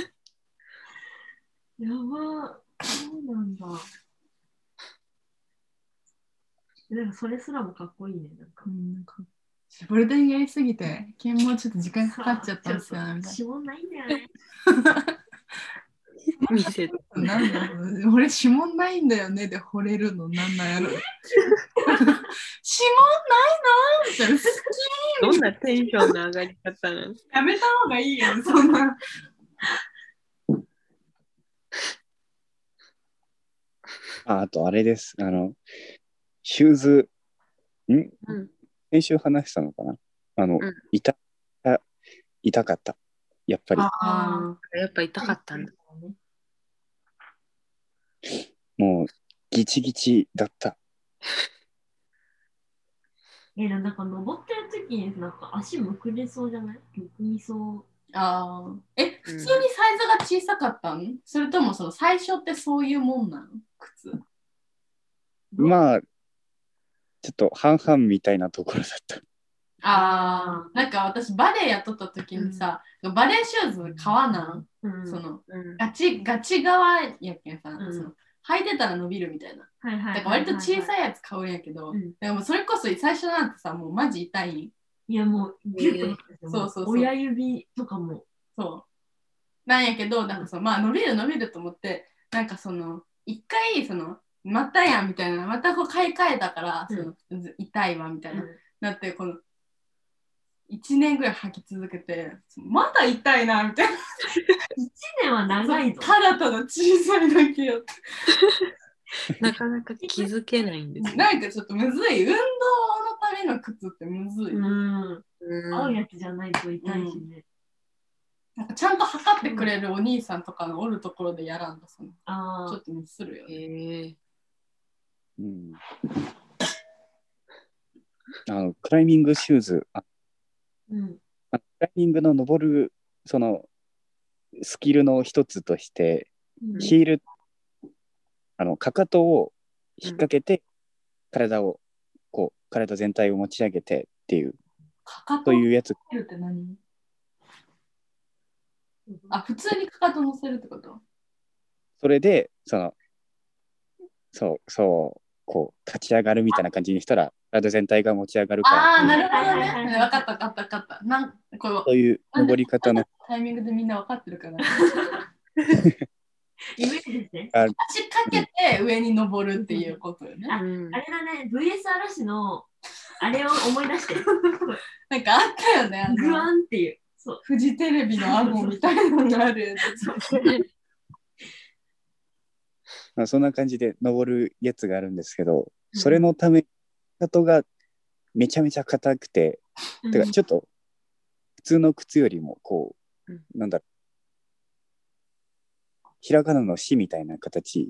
やば、そうなんだ。なんかそれすらもかっこいいね。なんかな。うん、なんかボルダリングやりすぎて、剣もちょっと時間かかっちゃったんですよね、みたい指紋ないんだよね。 見せて。 な。なんだろう俺指紋ないんだよねで惚れるのなんなんやろ。指紋ないのみたいな。好どんなテンションの上がり方なの？ きやめた方がいいよ、そんな。 あ、あとあれです。あの、シューズ、んうん先週話したのかなあの、 うん痛、痛かった。やっぱり。 ああ、やっぱ痛かったんだ。 もう、ギチギチだった。 え、なんか登ってる時になんか足むくれそうじゃない？むくみそう。 ああ。え、普通にサイズが小さかったん？それともその最初ってそういうもんなの？靴。 まあ、ちょっと半々みたいなところだった。 ああ。なんか私バレエやっとった時にさ、バレエシューズ革なんうん、 そのうんガチガチ側やっけんさ、 うんその履いてたら伸びるみたいな。 はいはいはいはいはい、 だから割と小さいやつ買うんやけど、 うんでもそれこそ最初なんてさ、もうマジ痛い。 いやもうギュッとなってて、 そうそうそう親指とかも。 そう。なんやけど、なんかそのまあ伸びる伸びると思って、なんかその一回そのまたやんみたいな、またこう買い替えたから、その痛いわみたいな、なってこのいちねんぐらい履き続けて、まだ痛いなみたいな。 いちねんは長いぞ。 ただただ小さいだけよって。 なかなか気づけないんですよ。 なんかちょっとむずい。運動のための靴ってむずい。 うん。 うん合うやつじゃないと痛いしね。 なんかちゃんと測ってくれるお兄さんとかのおるところでやらんとそのああ。 ちょっとミスるよね。 へえうん、あのクライミングシューズ、あうん。 あクライミングの登るそのスキルの一つとして、 うんヒール、あのかかとを引っ掛けて、体をこう体全体を持ち上げてっていうかかとというやつ。 乗せるって何？あ、普通にかかと乗せるってこと？ それでそのそうそうこう立ち上がるみたいな感じにしたら体全体が持ち上がるから。 ああ、なるほどはいはいはいはいね。分かった分かった分かった。なんこれそういう登り方のタイミングでみんな分かってるかな。 イメージですね。 あ足かけて上に登るっていうことよね。 あうんあれだね、ブイエス 嵐のあれを思い出して、 なんかあったよね。あのグワンっていう。そう。 フジテレビの顎みたいなのがあるやつ。 まあ、そんな感じで登るやつがあるんですけど、それのため、かかとがめちゃめちゃ硬くて、 うん、 てかちょっと普通の靴よりもこう、 うんなんだろう、ひらがなのしみたいな形、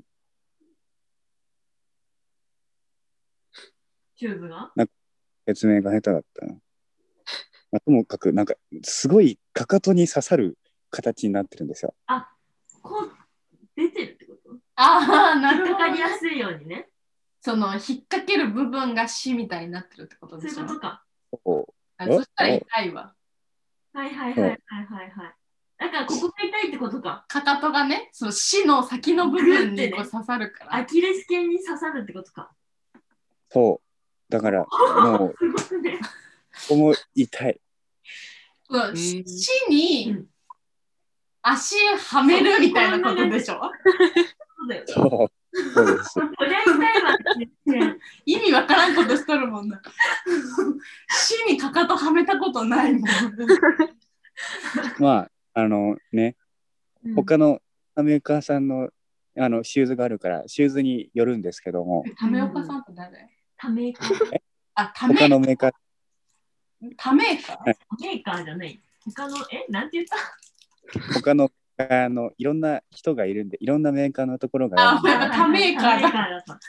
シューズが説明が下手だったな。まあ、ともかく、なんかすごいかかとに刺さる形になってるんですよ。 あ、こう出てるってことああ、な引っるほど、ね。 かかりやすいようにね。 その引っ掛ける部分がしみたいになってるってことそうでしょ。 いうことか。 こあ、 うそしたら痛いわ。 はいはいはいはいはいはい。だからここが痛いってことか。 かかとがね、その死の先の部分にこうグッてね刺さるから。 アキレス腱に刺さるってことか。 そうだからもうすごいね。 ここも痛い。 そううん死にうん足はめるみたいなことでしょ。 そうだよ。 そうそうです。 そりゃ痛いわって。 意味わからんことしとるもんな。死にかかとはめたことないもん。 まああのね、他のメーカーさんのあのシューズがあるからシューズによるんですけども、 為岡さんって誰？ タメーカー。 あ、ため他のメーカー、 ためか。 はいタメーカーじゃない。他の、え、なんて言った他のメーカーのいろんな人がいるんで、いろんなメーカーのところがあるんで、 あタメーカーだタメーカーだった。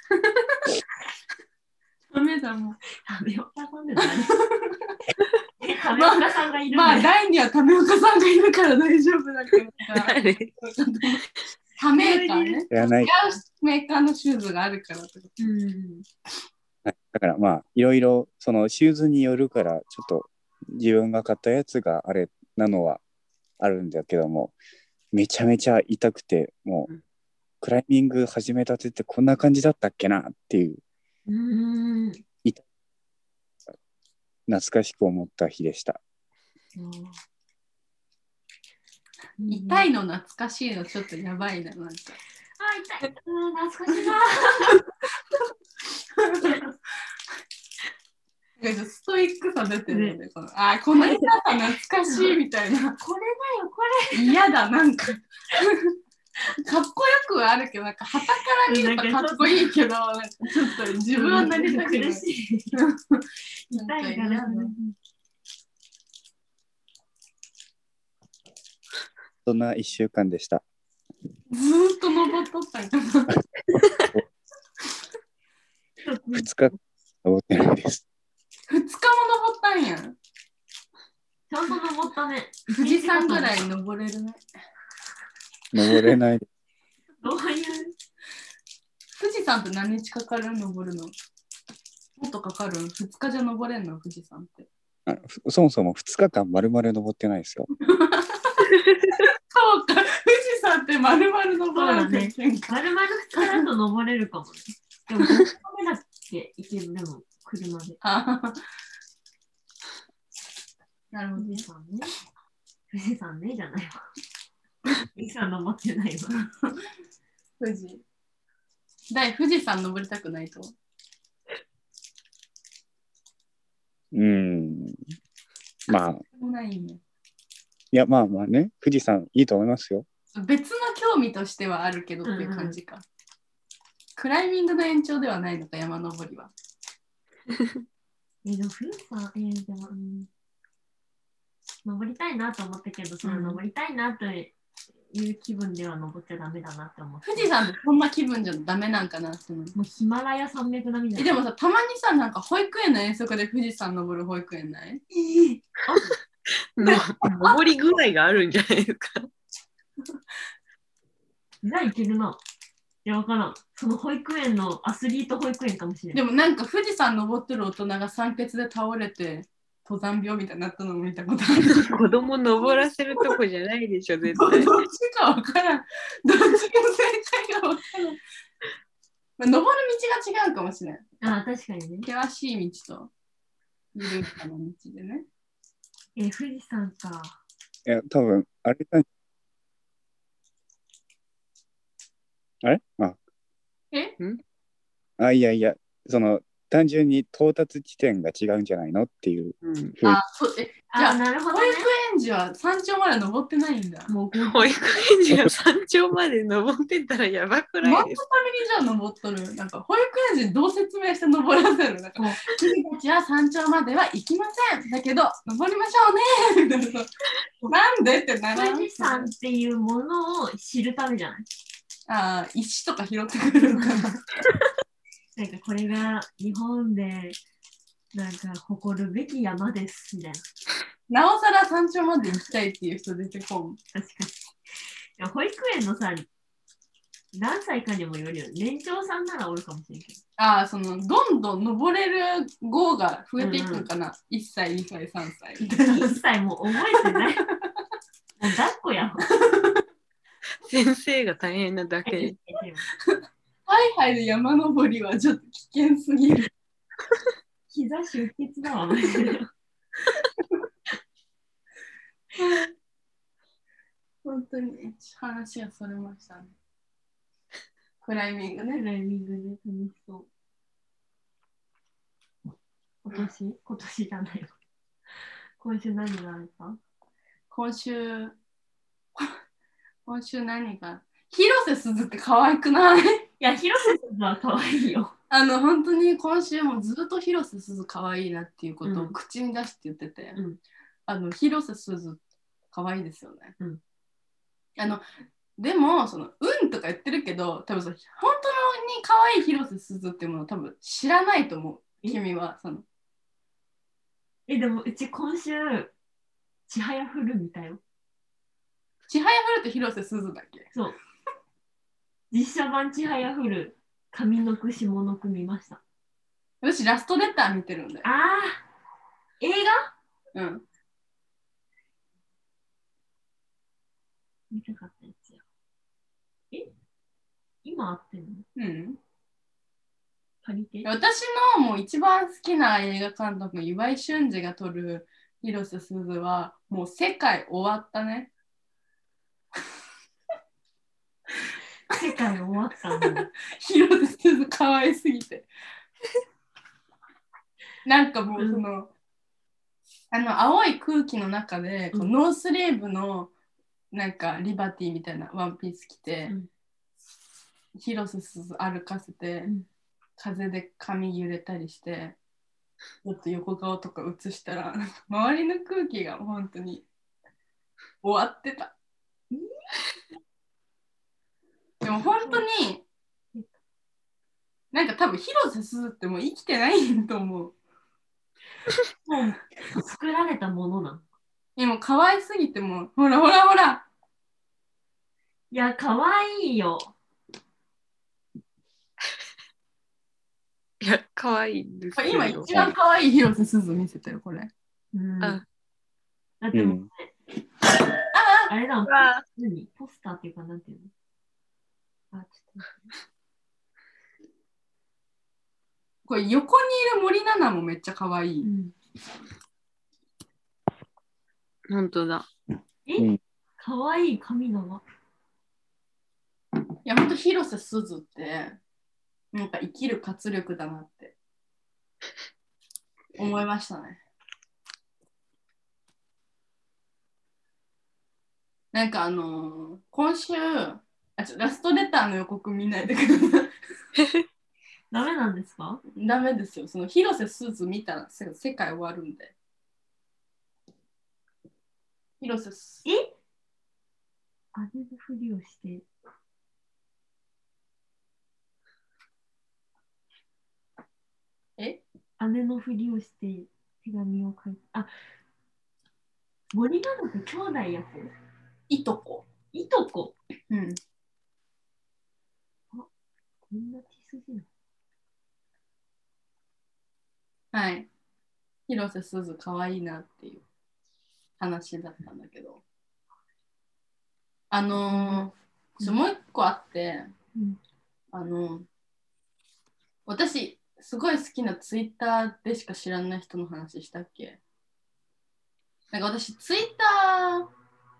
ためだもん。 タメオカさんで誰えタメオカさんがいるんだまあ、第にはため岡さんがいるから大丈夫だけどさ。 誰ためーカーね。 知らない。 違うメーカーのシューズがあるからってこと。 うん。 はいだからまあいろいろそのシューズによるからちょっと自分が買ったやつがあれなのはあるんだけども、めちゃめちゃ痛くて、もう、 うんクライミング始めたてってこんな感じだったっけなっていううん。 懐かしく思った日でした。 痛いの懐かしいのちょっとやばいな、なんか。 あ、痛い。うん、懐かしいな。 ストイックさ出てるよね。このあー、この痛さ懐かしいみたいな。 これだよ、これ。 嫌だ、なんか。かっこよくはあるけど、なんか、はたから見るとかっこいいけど、なんかちょっと自分はなりたくない。 苦しい。痛いからなんか嫌だ。 そんないっしゅうかんでした。 ずーっと登っとったんかな。 ふつか登ってないです。 ふつかも登ったんや。 ちゃんと登ったね。 富士山ぐらい登れるね。 登れない。 どういう。 富士山って何日かかる登るの？もっとかかる？ふつかじゃ登れんの富士山って。 あふそもそもふつかかん丸々登ってないですよ。 そうか、富士山って丸々登らんといけんか。 まるまるふつかだと登れるかもね。でも、ごにちめだっけ行ける、でも、車で。 あーなるほどね。 富士山ね。富士山ねじゃないわ。富士山登ってないわ。 富士。大富士山登りたくないと。 うーん。まあ、 もないね。 いやまあまあね、富士山いいと思いますよ。 別の興味としてはあるけどっていう感じか。クライミングの延長ではないのか、山登りは。 え、でも、富士山、えー、でも、うん、登りたいなと思ったけど、その登りたいなという気分では登っちゃダメだなって思って。 富士山ってそんな気分じゃダメなんかな、その。 もうヒマラヤ山脈並みだよ。 えでもさ、たまにさ、なんか保育園の遠足で富士山登る保育園ない？ の登り具合があるんじゃないですか。 じゃあいけるな。いや、わからん。その保育園のアスリート保育園かもしれない。 でもなんか富士山登ってる大人が酸欠で倒れて登山病みたいになったのも見たことある。 子供登らせるとこじゃないでしょ、絶どっ対。 ちかわからん。どっちが正解がわからん。まあ、登る道が違うかもしれん。 ああ、確かにね。 険しい道と緩やかな道でね。 えー、富士山か。 いや、多分あれだ。あれあえあ、いやいや、その単純に到達地点が違うんじゃないのっていう。 うん、 あ、そうえじゃああ、なるほど保ね。 育園児は山頂まで登ってないんだ。 もう保育園児が山頂まで登ってたらやばく何のためにないですか？ じゃあ登っとる？なんか保育園児にどう説明して登らせる？なんかもう君たちは山頂までは行きません。だけど登りましょうねみたいな。なんでってならん？ 富士山っていうものを知るためじゃない。 ああ、石とか拾ってくるのかな。 なんかこれが日本でなんか誇るべき山ですみたいな。 なおさら山頂まで行きたいっていう人出てこん。 確かに。いや保育園のさ、何歳かにもよるよ。年長さんならおるかもしれんけど。 ああ、そのどんどん登れる号が増えていくんかな。いっさい、にさい、さんさいみたいな。 一切もう覚えてない。もう抱っこやほ。 先生が大変なだけで。 ハイハイで山登りはちょっと危険すぎる。 膝出血だわ、マジで。 本当に話がそれましたね。クライミングね。 クライミングで楽しそう。今年今年じゃないわ。今週何があるか？ 今週、今週何が広瀬すずって可愛くない？ いや、広瀬すずは可愛いよ。 あの本当に今週もずっと広瀬すず可愛いなっていうことをうん口に出して言ってて、 うん、 あの広瀬すず可愛いですよね。 うん、 あのでもそのうんとか言ってるけど、多分その本当に可愛い広瀬すずっていうものを多分知らないと思う。君はそのえ、でもうち今週、ちはやふる見たよ。 ちはやふるって広瀬すずだっけ？ そう。実写版ちはやふる、上の句、下の句見ました。 私ラストレター見てるんだよ。 あー、映画うん。 見たかったやつや。え今あってんの？ うん。 借りて。 私のもう一番好きな映画監督、岩井俊二が撮る広瀬すずはもう世界終わったね。 世界終わったの。 広瀬すず可愛すぎて。なんかもうその、うん、あの青い空気の中で、こうノースリーブのなんかリバティみたいなワンピース着て、うん、広瀬すず歩かせて、うん、風で髪揺れたりして、ちょっと横顔とか映したら周りの空気が本当に終わってた。でも本当になんか多分広瀬すずってもう生きてないと思う。 もう作られたものなの。 でも可愛すぎてもほらほらほら。 いや可愛いよ。 いや可愛いですけど。 今一番可愛い広瀬すず見せてるこれ。 うん。 あだってもう、ね、うん、ああれだもん。何ポスターっていうかなんていうの？あ、ちょっと待って。 これ横にいる森七菜もめっちゃ可愛い。うん、 本当だ。 え、うん、可愛い髪の輪。 いや本当広瀬すずってなんか生きる活力だなって思いましたね。なんかあのー、今週あちょラストレターの予告見ないでください。 ダメなんですか？ ダメですよ。その広瀬すず見たら世界終わるんで。広瀬すず。 え？姉のふりをして。 え？ 姉のふりをして手紙を書いて。あ、森七菜って兄弟やつ？ いとこ。 いとこ。 うん。 あ、こんな血筋なの？ はい。広瀬すずかわいいなっていう話だったんだけど。あのー、うん、もう一個あって、うん、あのー、私すごい好きなツイッターでしか知らない人の話したっけ？なんか私ツイッタ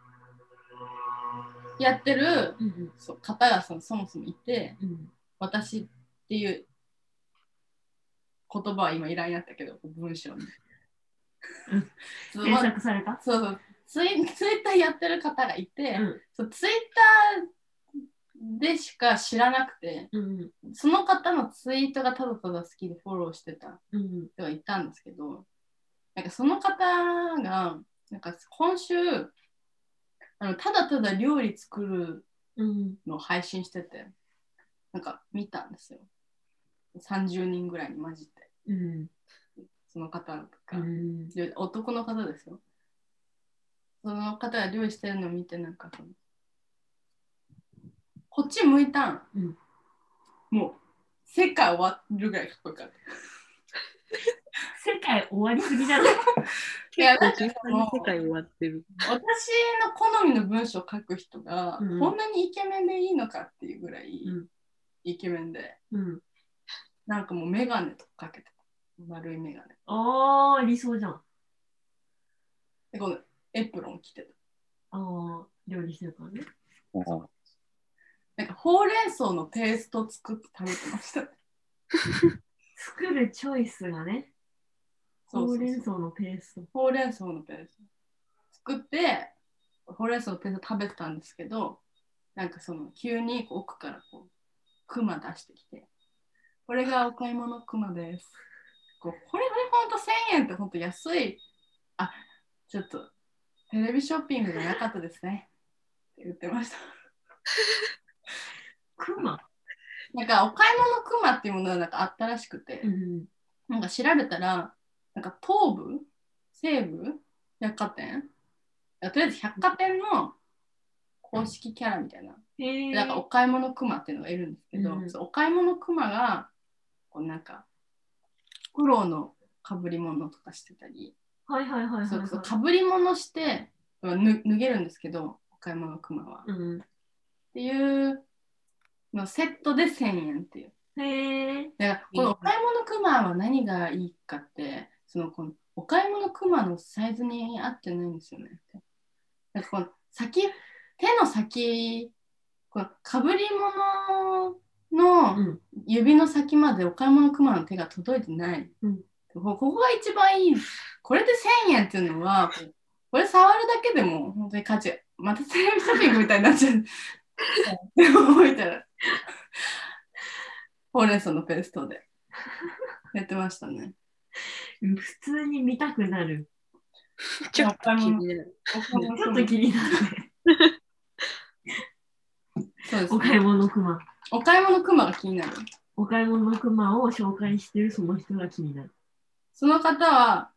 ーやってる、うん、そう方が そ, そもそもいて、うん、私っていう言葉は今いらんやったけど文章にそう検索された。 そうそうツイ、ツイッターやってる方がいて、 うん。 そうツイッターでしか知らなくて、 うん。 その方のツイートがただただ好きでフォローしてたうん。 人がいたんですけど、なんかその方が、なんか今週、あのただただ料理作るうん。 のを配信してて、なんか見たんですよ。さんじゅうにんぐらいに混じって、 うん。 その方が、 うん。 で男の方ですよ。その方が料理してるのを見て、なんかそのこっち向いたん、 うん、 もう世界終わるぐらいかっこよかった。 世界終わりすぎじゃない？ いや、なんか実際に世界終わってる。 私の好みの文章を書く人が、 うん、 こんなにイケメンでいいのかっていうぐらい、 うん、 イケメンで、 うん、 なんかもうメガネとかけてた。丸いメガネ。 ああ、理想じゃん。 で、このエプロン着てた。 ああ、料理してるからね。 なんかほうれん草のペースト作って食べてました。 作るチョイスがね、 そうそうそうほうれん草のペースト。 ほうれん草のペースト作って、ほうれん草のペースト食べてたんですけど、なんかその急に奥からこう、クマ出してきて、これがお買い物クマです。こ, これでほんとせんえんってほんと安い。あ、ちょっとテレビショッピングじゃなかったですねって言ってました。 クマ？ なんかお買い物クマっていうものがなんかあったらしくて、 うん、 なんか調べたら、なんか東武西武百貨店、とりあえず百貨店の公式キャラみたいな、 へえ。 なんかお買い物クマっていうのがいるんですけど、 うん、 そうお買い物クマがこうなんかフクロウのかぶり物とかしてたり、 はいはいはいはい、はい。 そうそうかぶり物して脱げるんですけど、お買い物クマは、 うん、 っていうのセットでせんえんっていう。 へえ。 だからこのお買い物クマは何がいいかって、そのこのお買い物クマのサイズに合ってないんですよね。なんかこの先、手の先、このかぶり物の指の先までお買い物クマの手が届いてない。 うん、 ここが一番いい。これでせんえんっていうのは、これ触るだけでも本当に価値。またテレビショッピングみたいになっちゃう。覚えたら。ほうれん草のペーストでやってましたね。 普通に見たくなる。 ちょっと気になる。 ちょっと気になるね。 そうですね。 お買い物クマ。 お買い物クマが気になる。 お買い物クマを紹介してるその人が気になる。 その方は、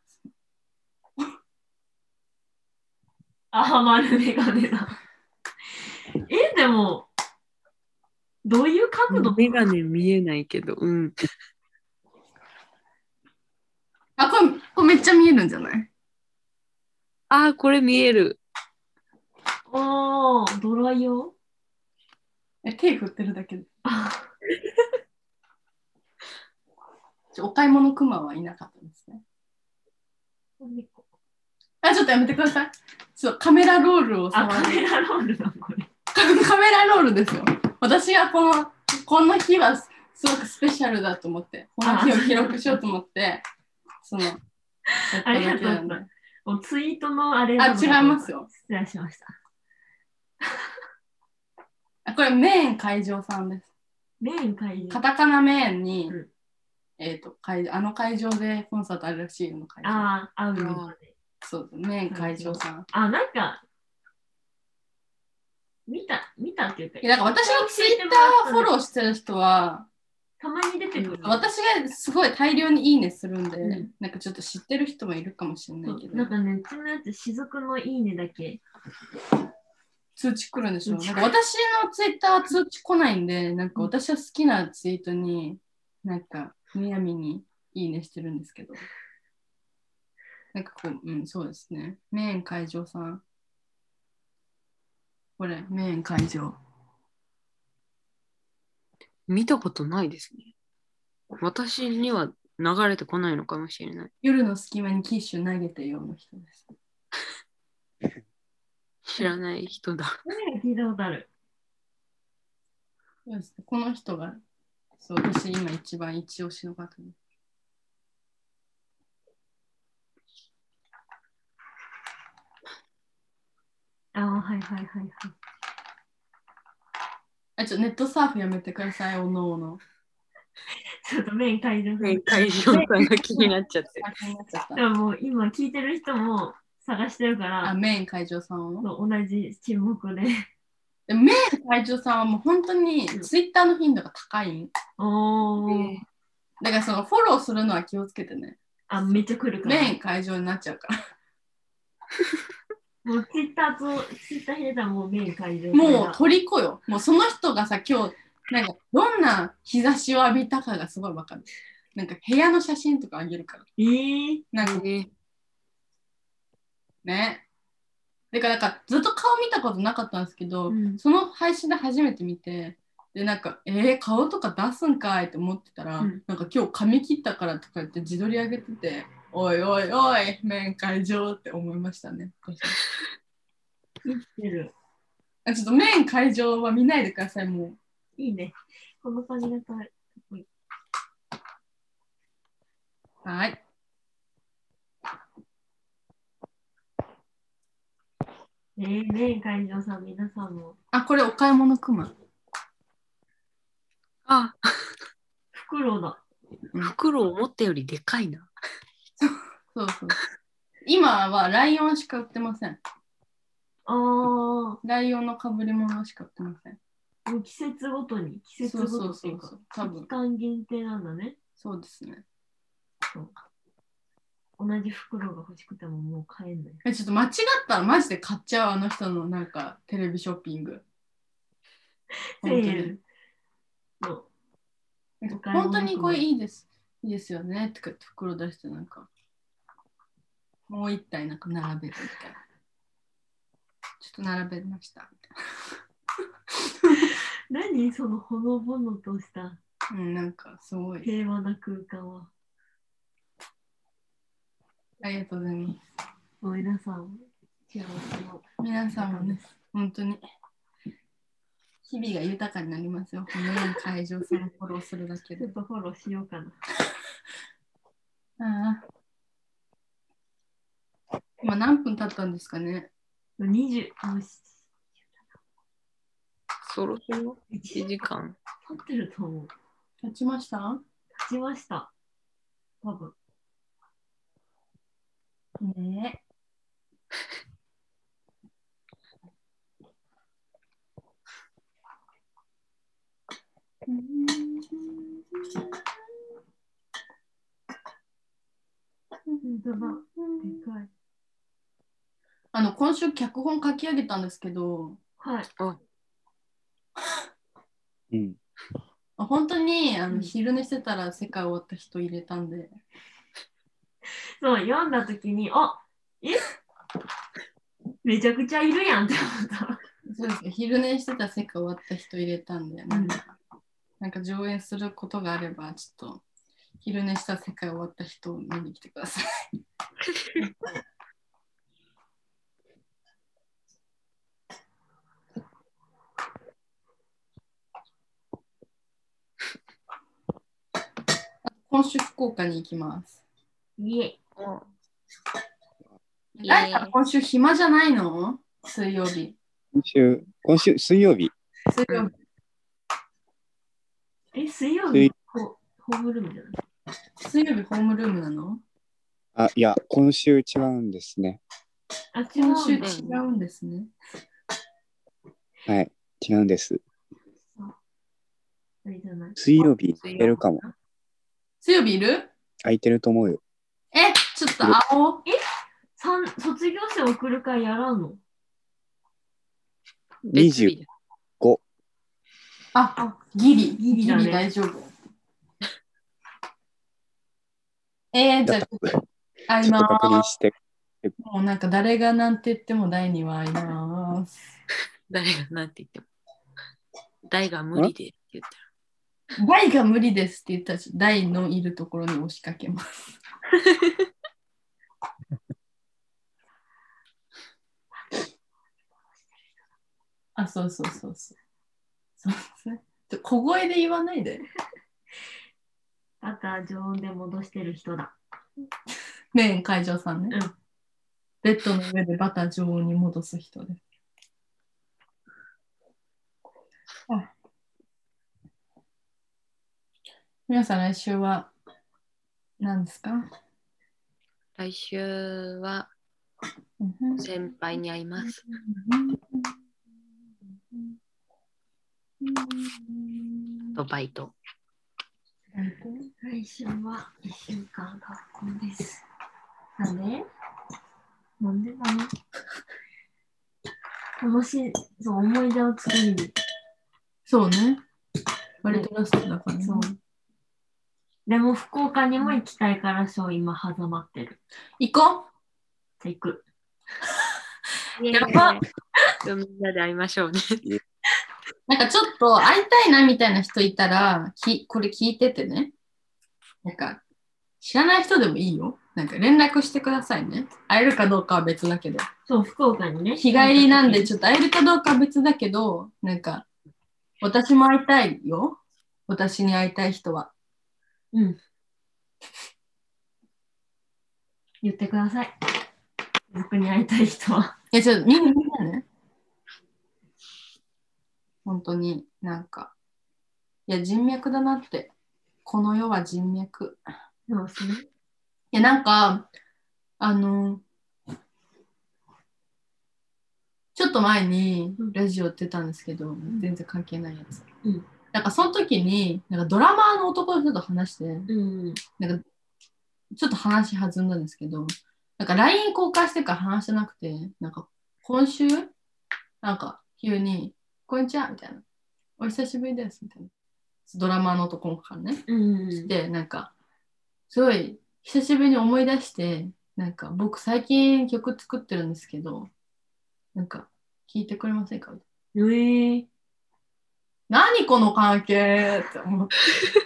あ、丸メガネだ。え、でも、どういう角度？ メガネ見えないけど、うん。 あ、これ、これめっちゃ見えるんじゃない？ ああ、これ見える。 ああ、ドライ用？ え、手振ってるだけで。お買い物クマはいなかったですね。あ、ちょっとやめてください。ちょっとカメラロールをあ、カメラロールだ、これ。 カメラロールですよ。私がこの、この日はすごくスペシャルだと思って、この日を記録しようと思って、その、 ありがとうございます。もうツイートのあれあ、違いますよ。 失礼しました。 あ、これメーン会場さんです。 メーン会場。 カタカナメーンに、 うん、 えっと、会あの会場でコンサートあるらしいの会場。 ああ、合うので。 そうです、メーン会場さん。 あ、なんか、見た、見たっていうか。 いや、なんか私のツイッターフォローしてる人は、 たまに出てくる。 私がすごい大量にいいねするんで、 うん、 なんかちょっと知ってる人もいるかもしれないけど。 なんかね、うちのやつ、雫のいいねだけ。 通知来るんでしょ。なんか私のツイッターは通知来ないんで、なんか私は好きなツイートに、なんかむやみにいいねしてるんですけど。なんかこう、うん、そうですね。メーン会場さん。これ、メーン会場。 見たことないですね。私には流れてこないのかもしれない。 夜の隙間にキッシュ投げてよの人です。 知らない人だ。 聞いたことある。 そうですね。この人が、そう、私今一番一押しの方です。 ああ、はいはいはいはい。 あ、ちょ、ネットサーフやめてください、おのおの。 ちょっとメイン会場さん。 ね、会場さんが気になっちゃってる。 あ、気になっちゃったでももう今聞いてる人も探してるかあ、 ら、 メイン会場さんを。 そう同じ沈黙で。 でメイン会長さんはもう本当にツイッターの頻度が高いん。 おー。 だからそのフォローするのは気をつけてね。 あ、めっちゃ来るから。 メイン会場になっちゃうから。 もうツイッターと、ツイッター入れたらもうメイン会場。 もう虜よ。もうその人がさ、今日、なんかどんな日差しを浴びたかがすごいわかる。なんか部屋の写真とかあげるから。 えー、 なんかえね。だからなんかずっと顔見たことなかったんですけど、 うん、 その配信で初めて見て、でなんか、えー、顔とか出すんかいって思ってたら、 うん、 なんか今日髪切ったからとか言って自撮り上げてて、おいおいおい、面会場って思いましたね。 生きてる。 あ、ちょっと面会場は見ないでください、もいいね。この感じがかわいい。 う。はい。 えー、メイン会場さん、皆さんも。 あ、これお買い物くま。 あ、 袋だ。 袋思ったよりでかいな。 そうそう。今はライオンしか売ってません。 あー、 ライオンの被り物しか売ってません。 もう季節ごとに、季節ごとっていうか、 そうそうそうそう多分期間限定なんだね。 そうですね。 そう同じ袋が欲しくてももう買えんのよ。 え、ちょっと間違ったらマジで買っちゃう、あの人のなんかテレビショッピング。本当に。 せんえんのなんか本当にこれいいです。いいですよねってか袋出してなんかもう一体なんか並べるみたいな。ちょっと並べました。 何そのほのぼのとしたうん、なんかすごい。 平和な空間は。 ありがとうございます。 もう皆さん、幸せの。 皆さんもね、本当に日々が豊かになりますよ。このように会場さんをフォローするだけでちょっ。とフォローしようかな。 ああ。今何分経ったんですかね。 にじゅう、もうそろそろいちじかん。 経ってると思う。 経ちました？ 経ちました。多分。 ねえ。 本当だ。でかい。 あの今週脚本書き上げたんですけど、 はい。 うん。 本当にあの、 うん、 昼寝してたら世界終わった人入れたんで。 そう、読んだときに、あえめちゃくちゃいるやんって思った。 そうですね、昼寝してたら世界終わった人入れたんで、なんか、うん、なんか上演することがあれば、ちょっと昼寝した世界終わった人を見に来てください。今週福岡に行きます。 いえ。 誰か今週暇じゃないの？水曜日。 今週、今週水曜日。 水曜日。 え、水曜日ホームルームじゃない？ 水曜日ホームルームなの？ あ、いや、今週違うんですね。 あ、 今週違うんですね。 はい、違うんです。 あれじゃない？ 水曜日いるかも。 水曜日いる？ 空いてると思うよ。 え、ちょっと会おう。 え三卒業生送る会やらんの？ にじゅうご。 あ、あギリ、 ギリだね。 ギリ大丈夫。えー、じゃあ、会いまちょっと確認す。 して。 もうなんか誰がなんて言っても大には会います。 誰がなんて言っても。大が無理でって言ったら。大が無理ですって言ったら、大のいるところに押しかけます。あ、そうそうそうそう。そうですね。小声で言わないで。 バター常温で戻してる人だ。 メイン会場さんね。 うん。 ベッドの上でバター常温に戻す人です。 皆さん来週は何ですか？ 来週は先輩に会います。とバイト。 来週はいっしゅうかん学校です。なんでなんでかな楽しい、そう、思い出を作りに。 そうね。割とラストだからね。 そう。でも福岡にも行きたいから、そう、今、狭まってる。 行こじゃあ行く。 うやばみんなで会いましょうね。 なんかちょっと会いたいなみたいな人いたら、きこれ聞いててね。なんか知らない人でもいいよ。なんか連絡してくださいね。会えるかどうかは別だけど。 そう、福岡にね。 日帰りなんでちょっと会えるかどうかは別だけど、なんか私も会いたいよ。私に会いたい人は。 うん。言ってください。僕に会いたい人は。 いや、ちょっとみんなね。本当になんか。いや、人脈だなって。この世は人脈。 そうですね。 いや、なんか、あの、ちょっと前にラジオやってたんですけど、うん、全然関係ないやつ。うん、なんかその時に、なんかドラマーの男の人と話して、うん、なんかちょっと話弾んだんですけど、なんか ライン 交換してから話してなくて、なんか今週、なんか急に、こんにちはみたいな。お久しぶりですみたいな。ドラマーの男の子からね。うん、して、なんか、すごい久しぶりに思い出して、なんか僕最近曲作ってるんですけど、なんか聞いてくれませんか？えー、何この関係って思って。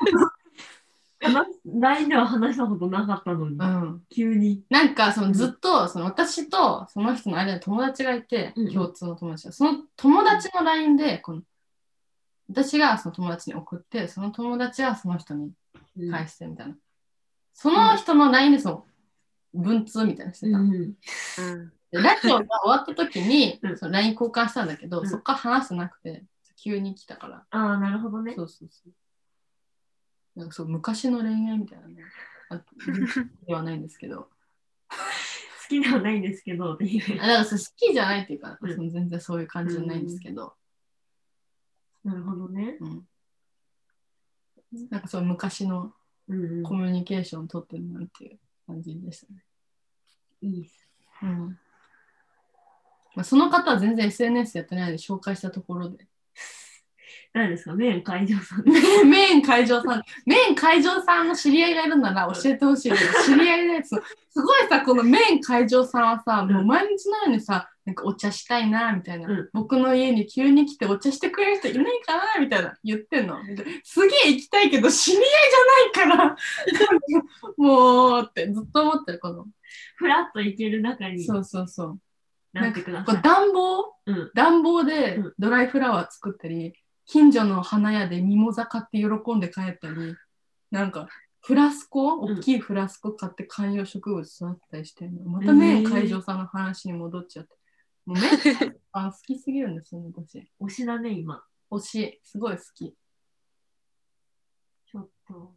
ライン では話したことなかったのに、うん、急に。 なんかそのずっとその私とその人の間に友達がいて、うん、共通の友達が、その友達の ライン でこの私がその友達に送って、その友達はその人に返してみたいな。うん、その人の ライン でその文通みたいなしてた。うんうん、でラジオが終わった時に、うん、その ライン 交換したんだけど、うん、そっから話してなくて、急に来たから。 ああ、なるほどね。 そうそうそう。なんかそう昔の恋愛みたいなね。あではないんですけど。 好きではないんですけど。 あだからそう好きじゃないっていうか、うん、その全然そういう感じじゃないんですけど。 うん、なるほどね。 うん、なんかそう昔のコミュニケーションを取ってるなんていう感じでしたね。 いいです。 うんまあ、その方は全然 エスエヌエス やってないので紹介したところで。 誰ですか？メイン会場さん。 メイン会場さん。メイン会場さんの知り合いがいるなら教えてほしいけど、知り合いのやつ、すごいさ、このメイン会場さんはさ、もう毎日のようにさ、なんかお茶したいな、みたいな、うん。僕の家に急に来てお茶してくれる人いないかな、みたいな言ってんの。すげえ行きたいけど、知り合いじゃないから、もうってずっと思ってる、この。 ふらっと行ける中に。 そうそうそう。 なんかこう暖房、うん、暖房でドライフラワー作ったり、うん、近所の花屋でミモザ買って喜んで帰ったり、なんかフラスコ、大きいフラスコ買って観葉植物育ったりしてるの、うん、またね、会場さんの話に戻っちゃって。もうめっちゃ好きすぎるんですよね、私。 推しだね、今。 推し、すごい好き。 ちょっと。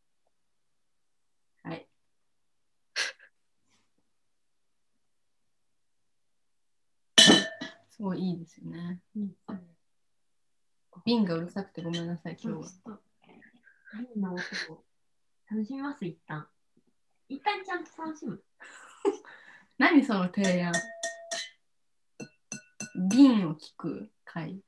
はい。すごいいいですよね。うん、瓶がうるさくてごめんなさい、今日は。 瓶の音を楽しみます、一旦。一旦ちゃんと楽しむ。 何その提案。瓶を聞く回。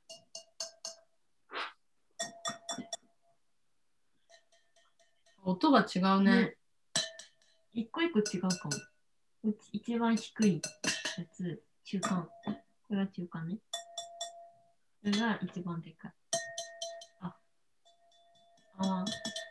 音が違うね。ね一個一個違うかも。一番低いやつ、中間。これが中間ね。これが一番でかい。あ。ああ。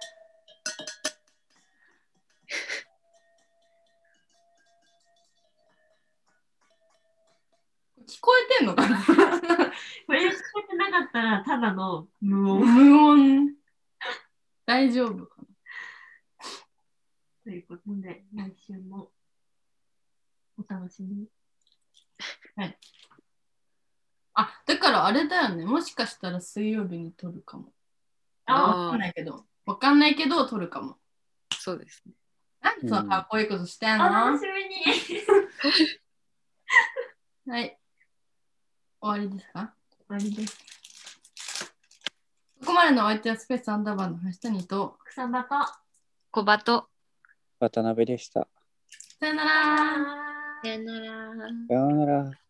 聞こえてんのかなこれ聞こえてなかったら、ただの無音。 無音。大丈夫かなということで、来週もお楽しみに。 はい。 あ、だからあれだよね。もしかしたら水曜日に撮るかも。 あわかんないけど。わかんないけど撮るかも。 そうですね。 なんでそのかっこいいことしてんおの、 楽しみに。 はい。終わりですか？ 終わりです。 ここまでのお相手はスペースアンダーバーの橋谷と、 草場と。 小バと。 渡辺でした。 さよなら。 さよなら。 さようなら。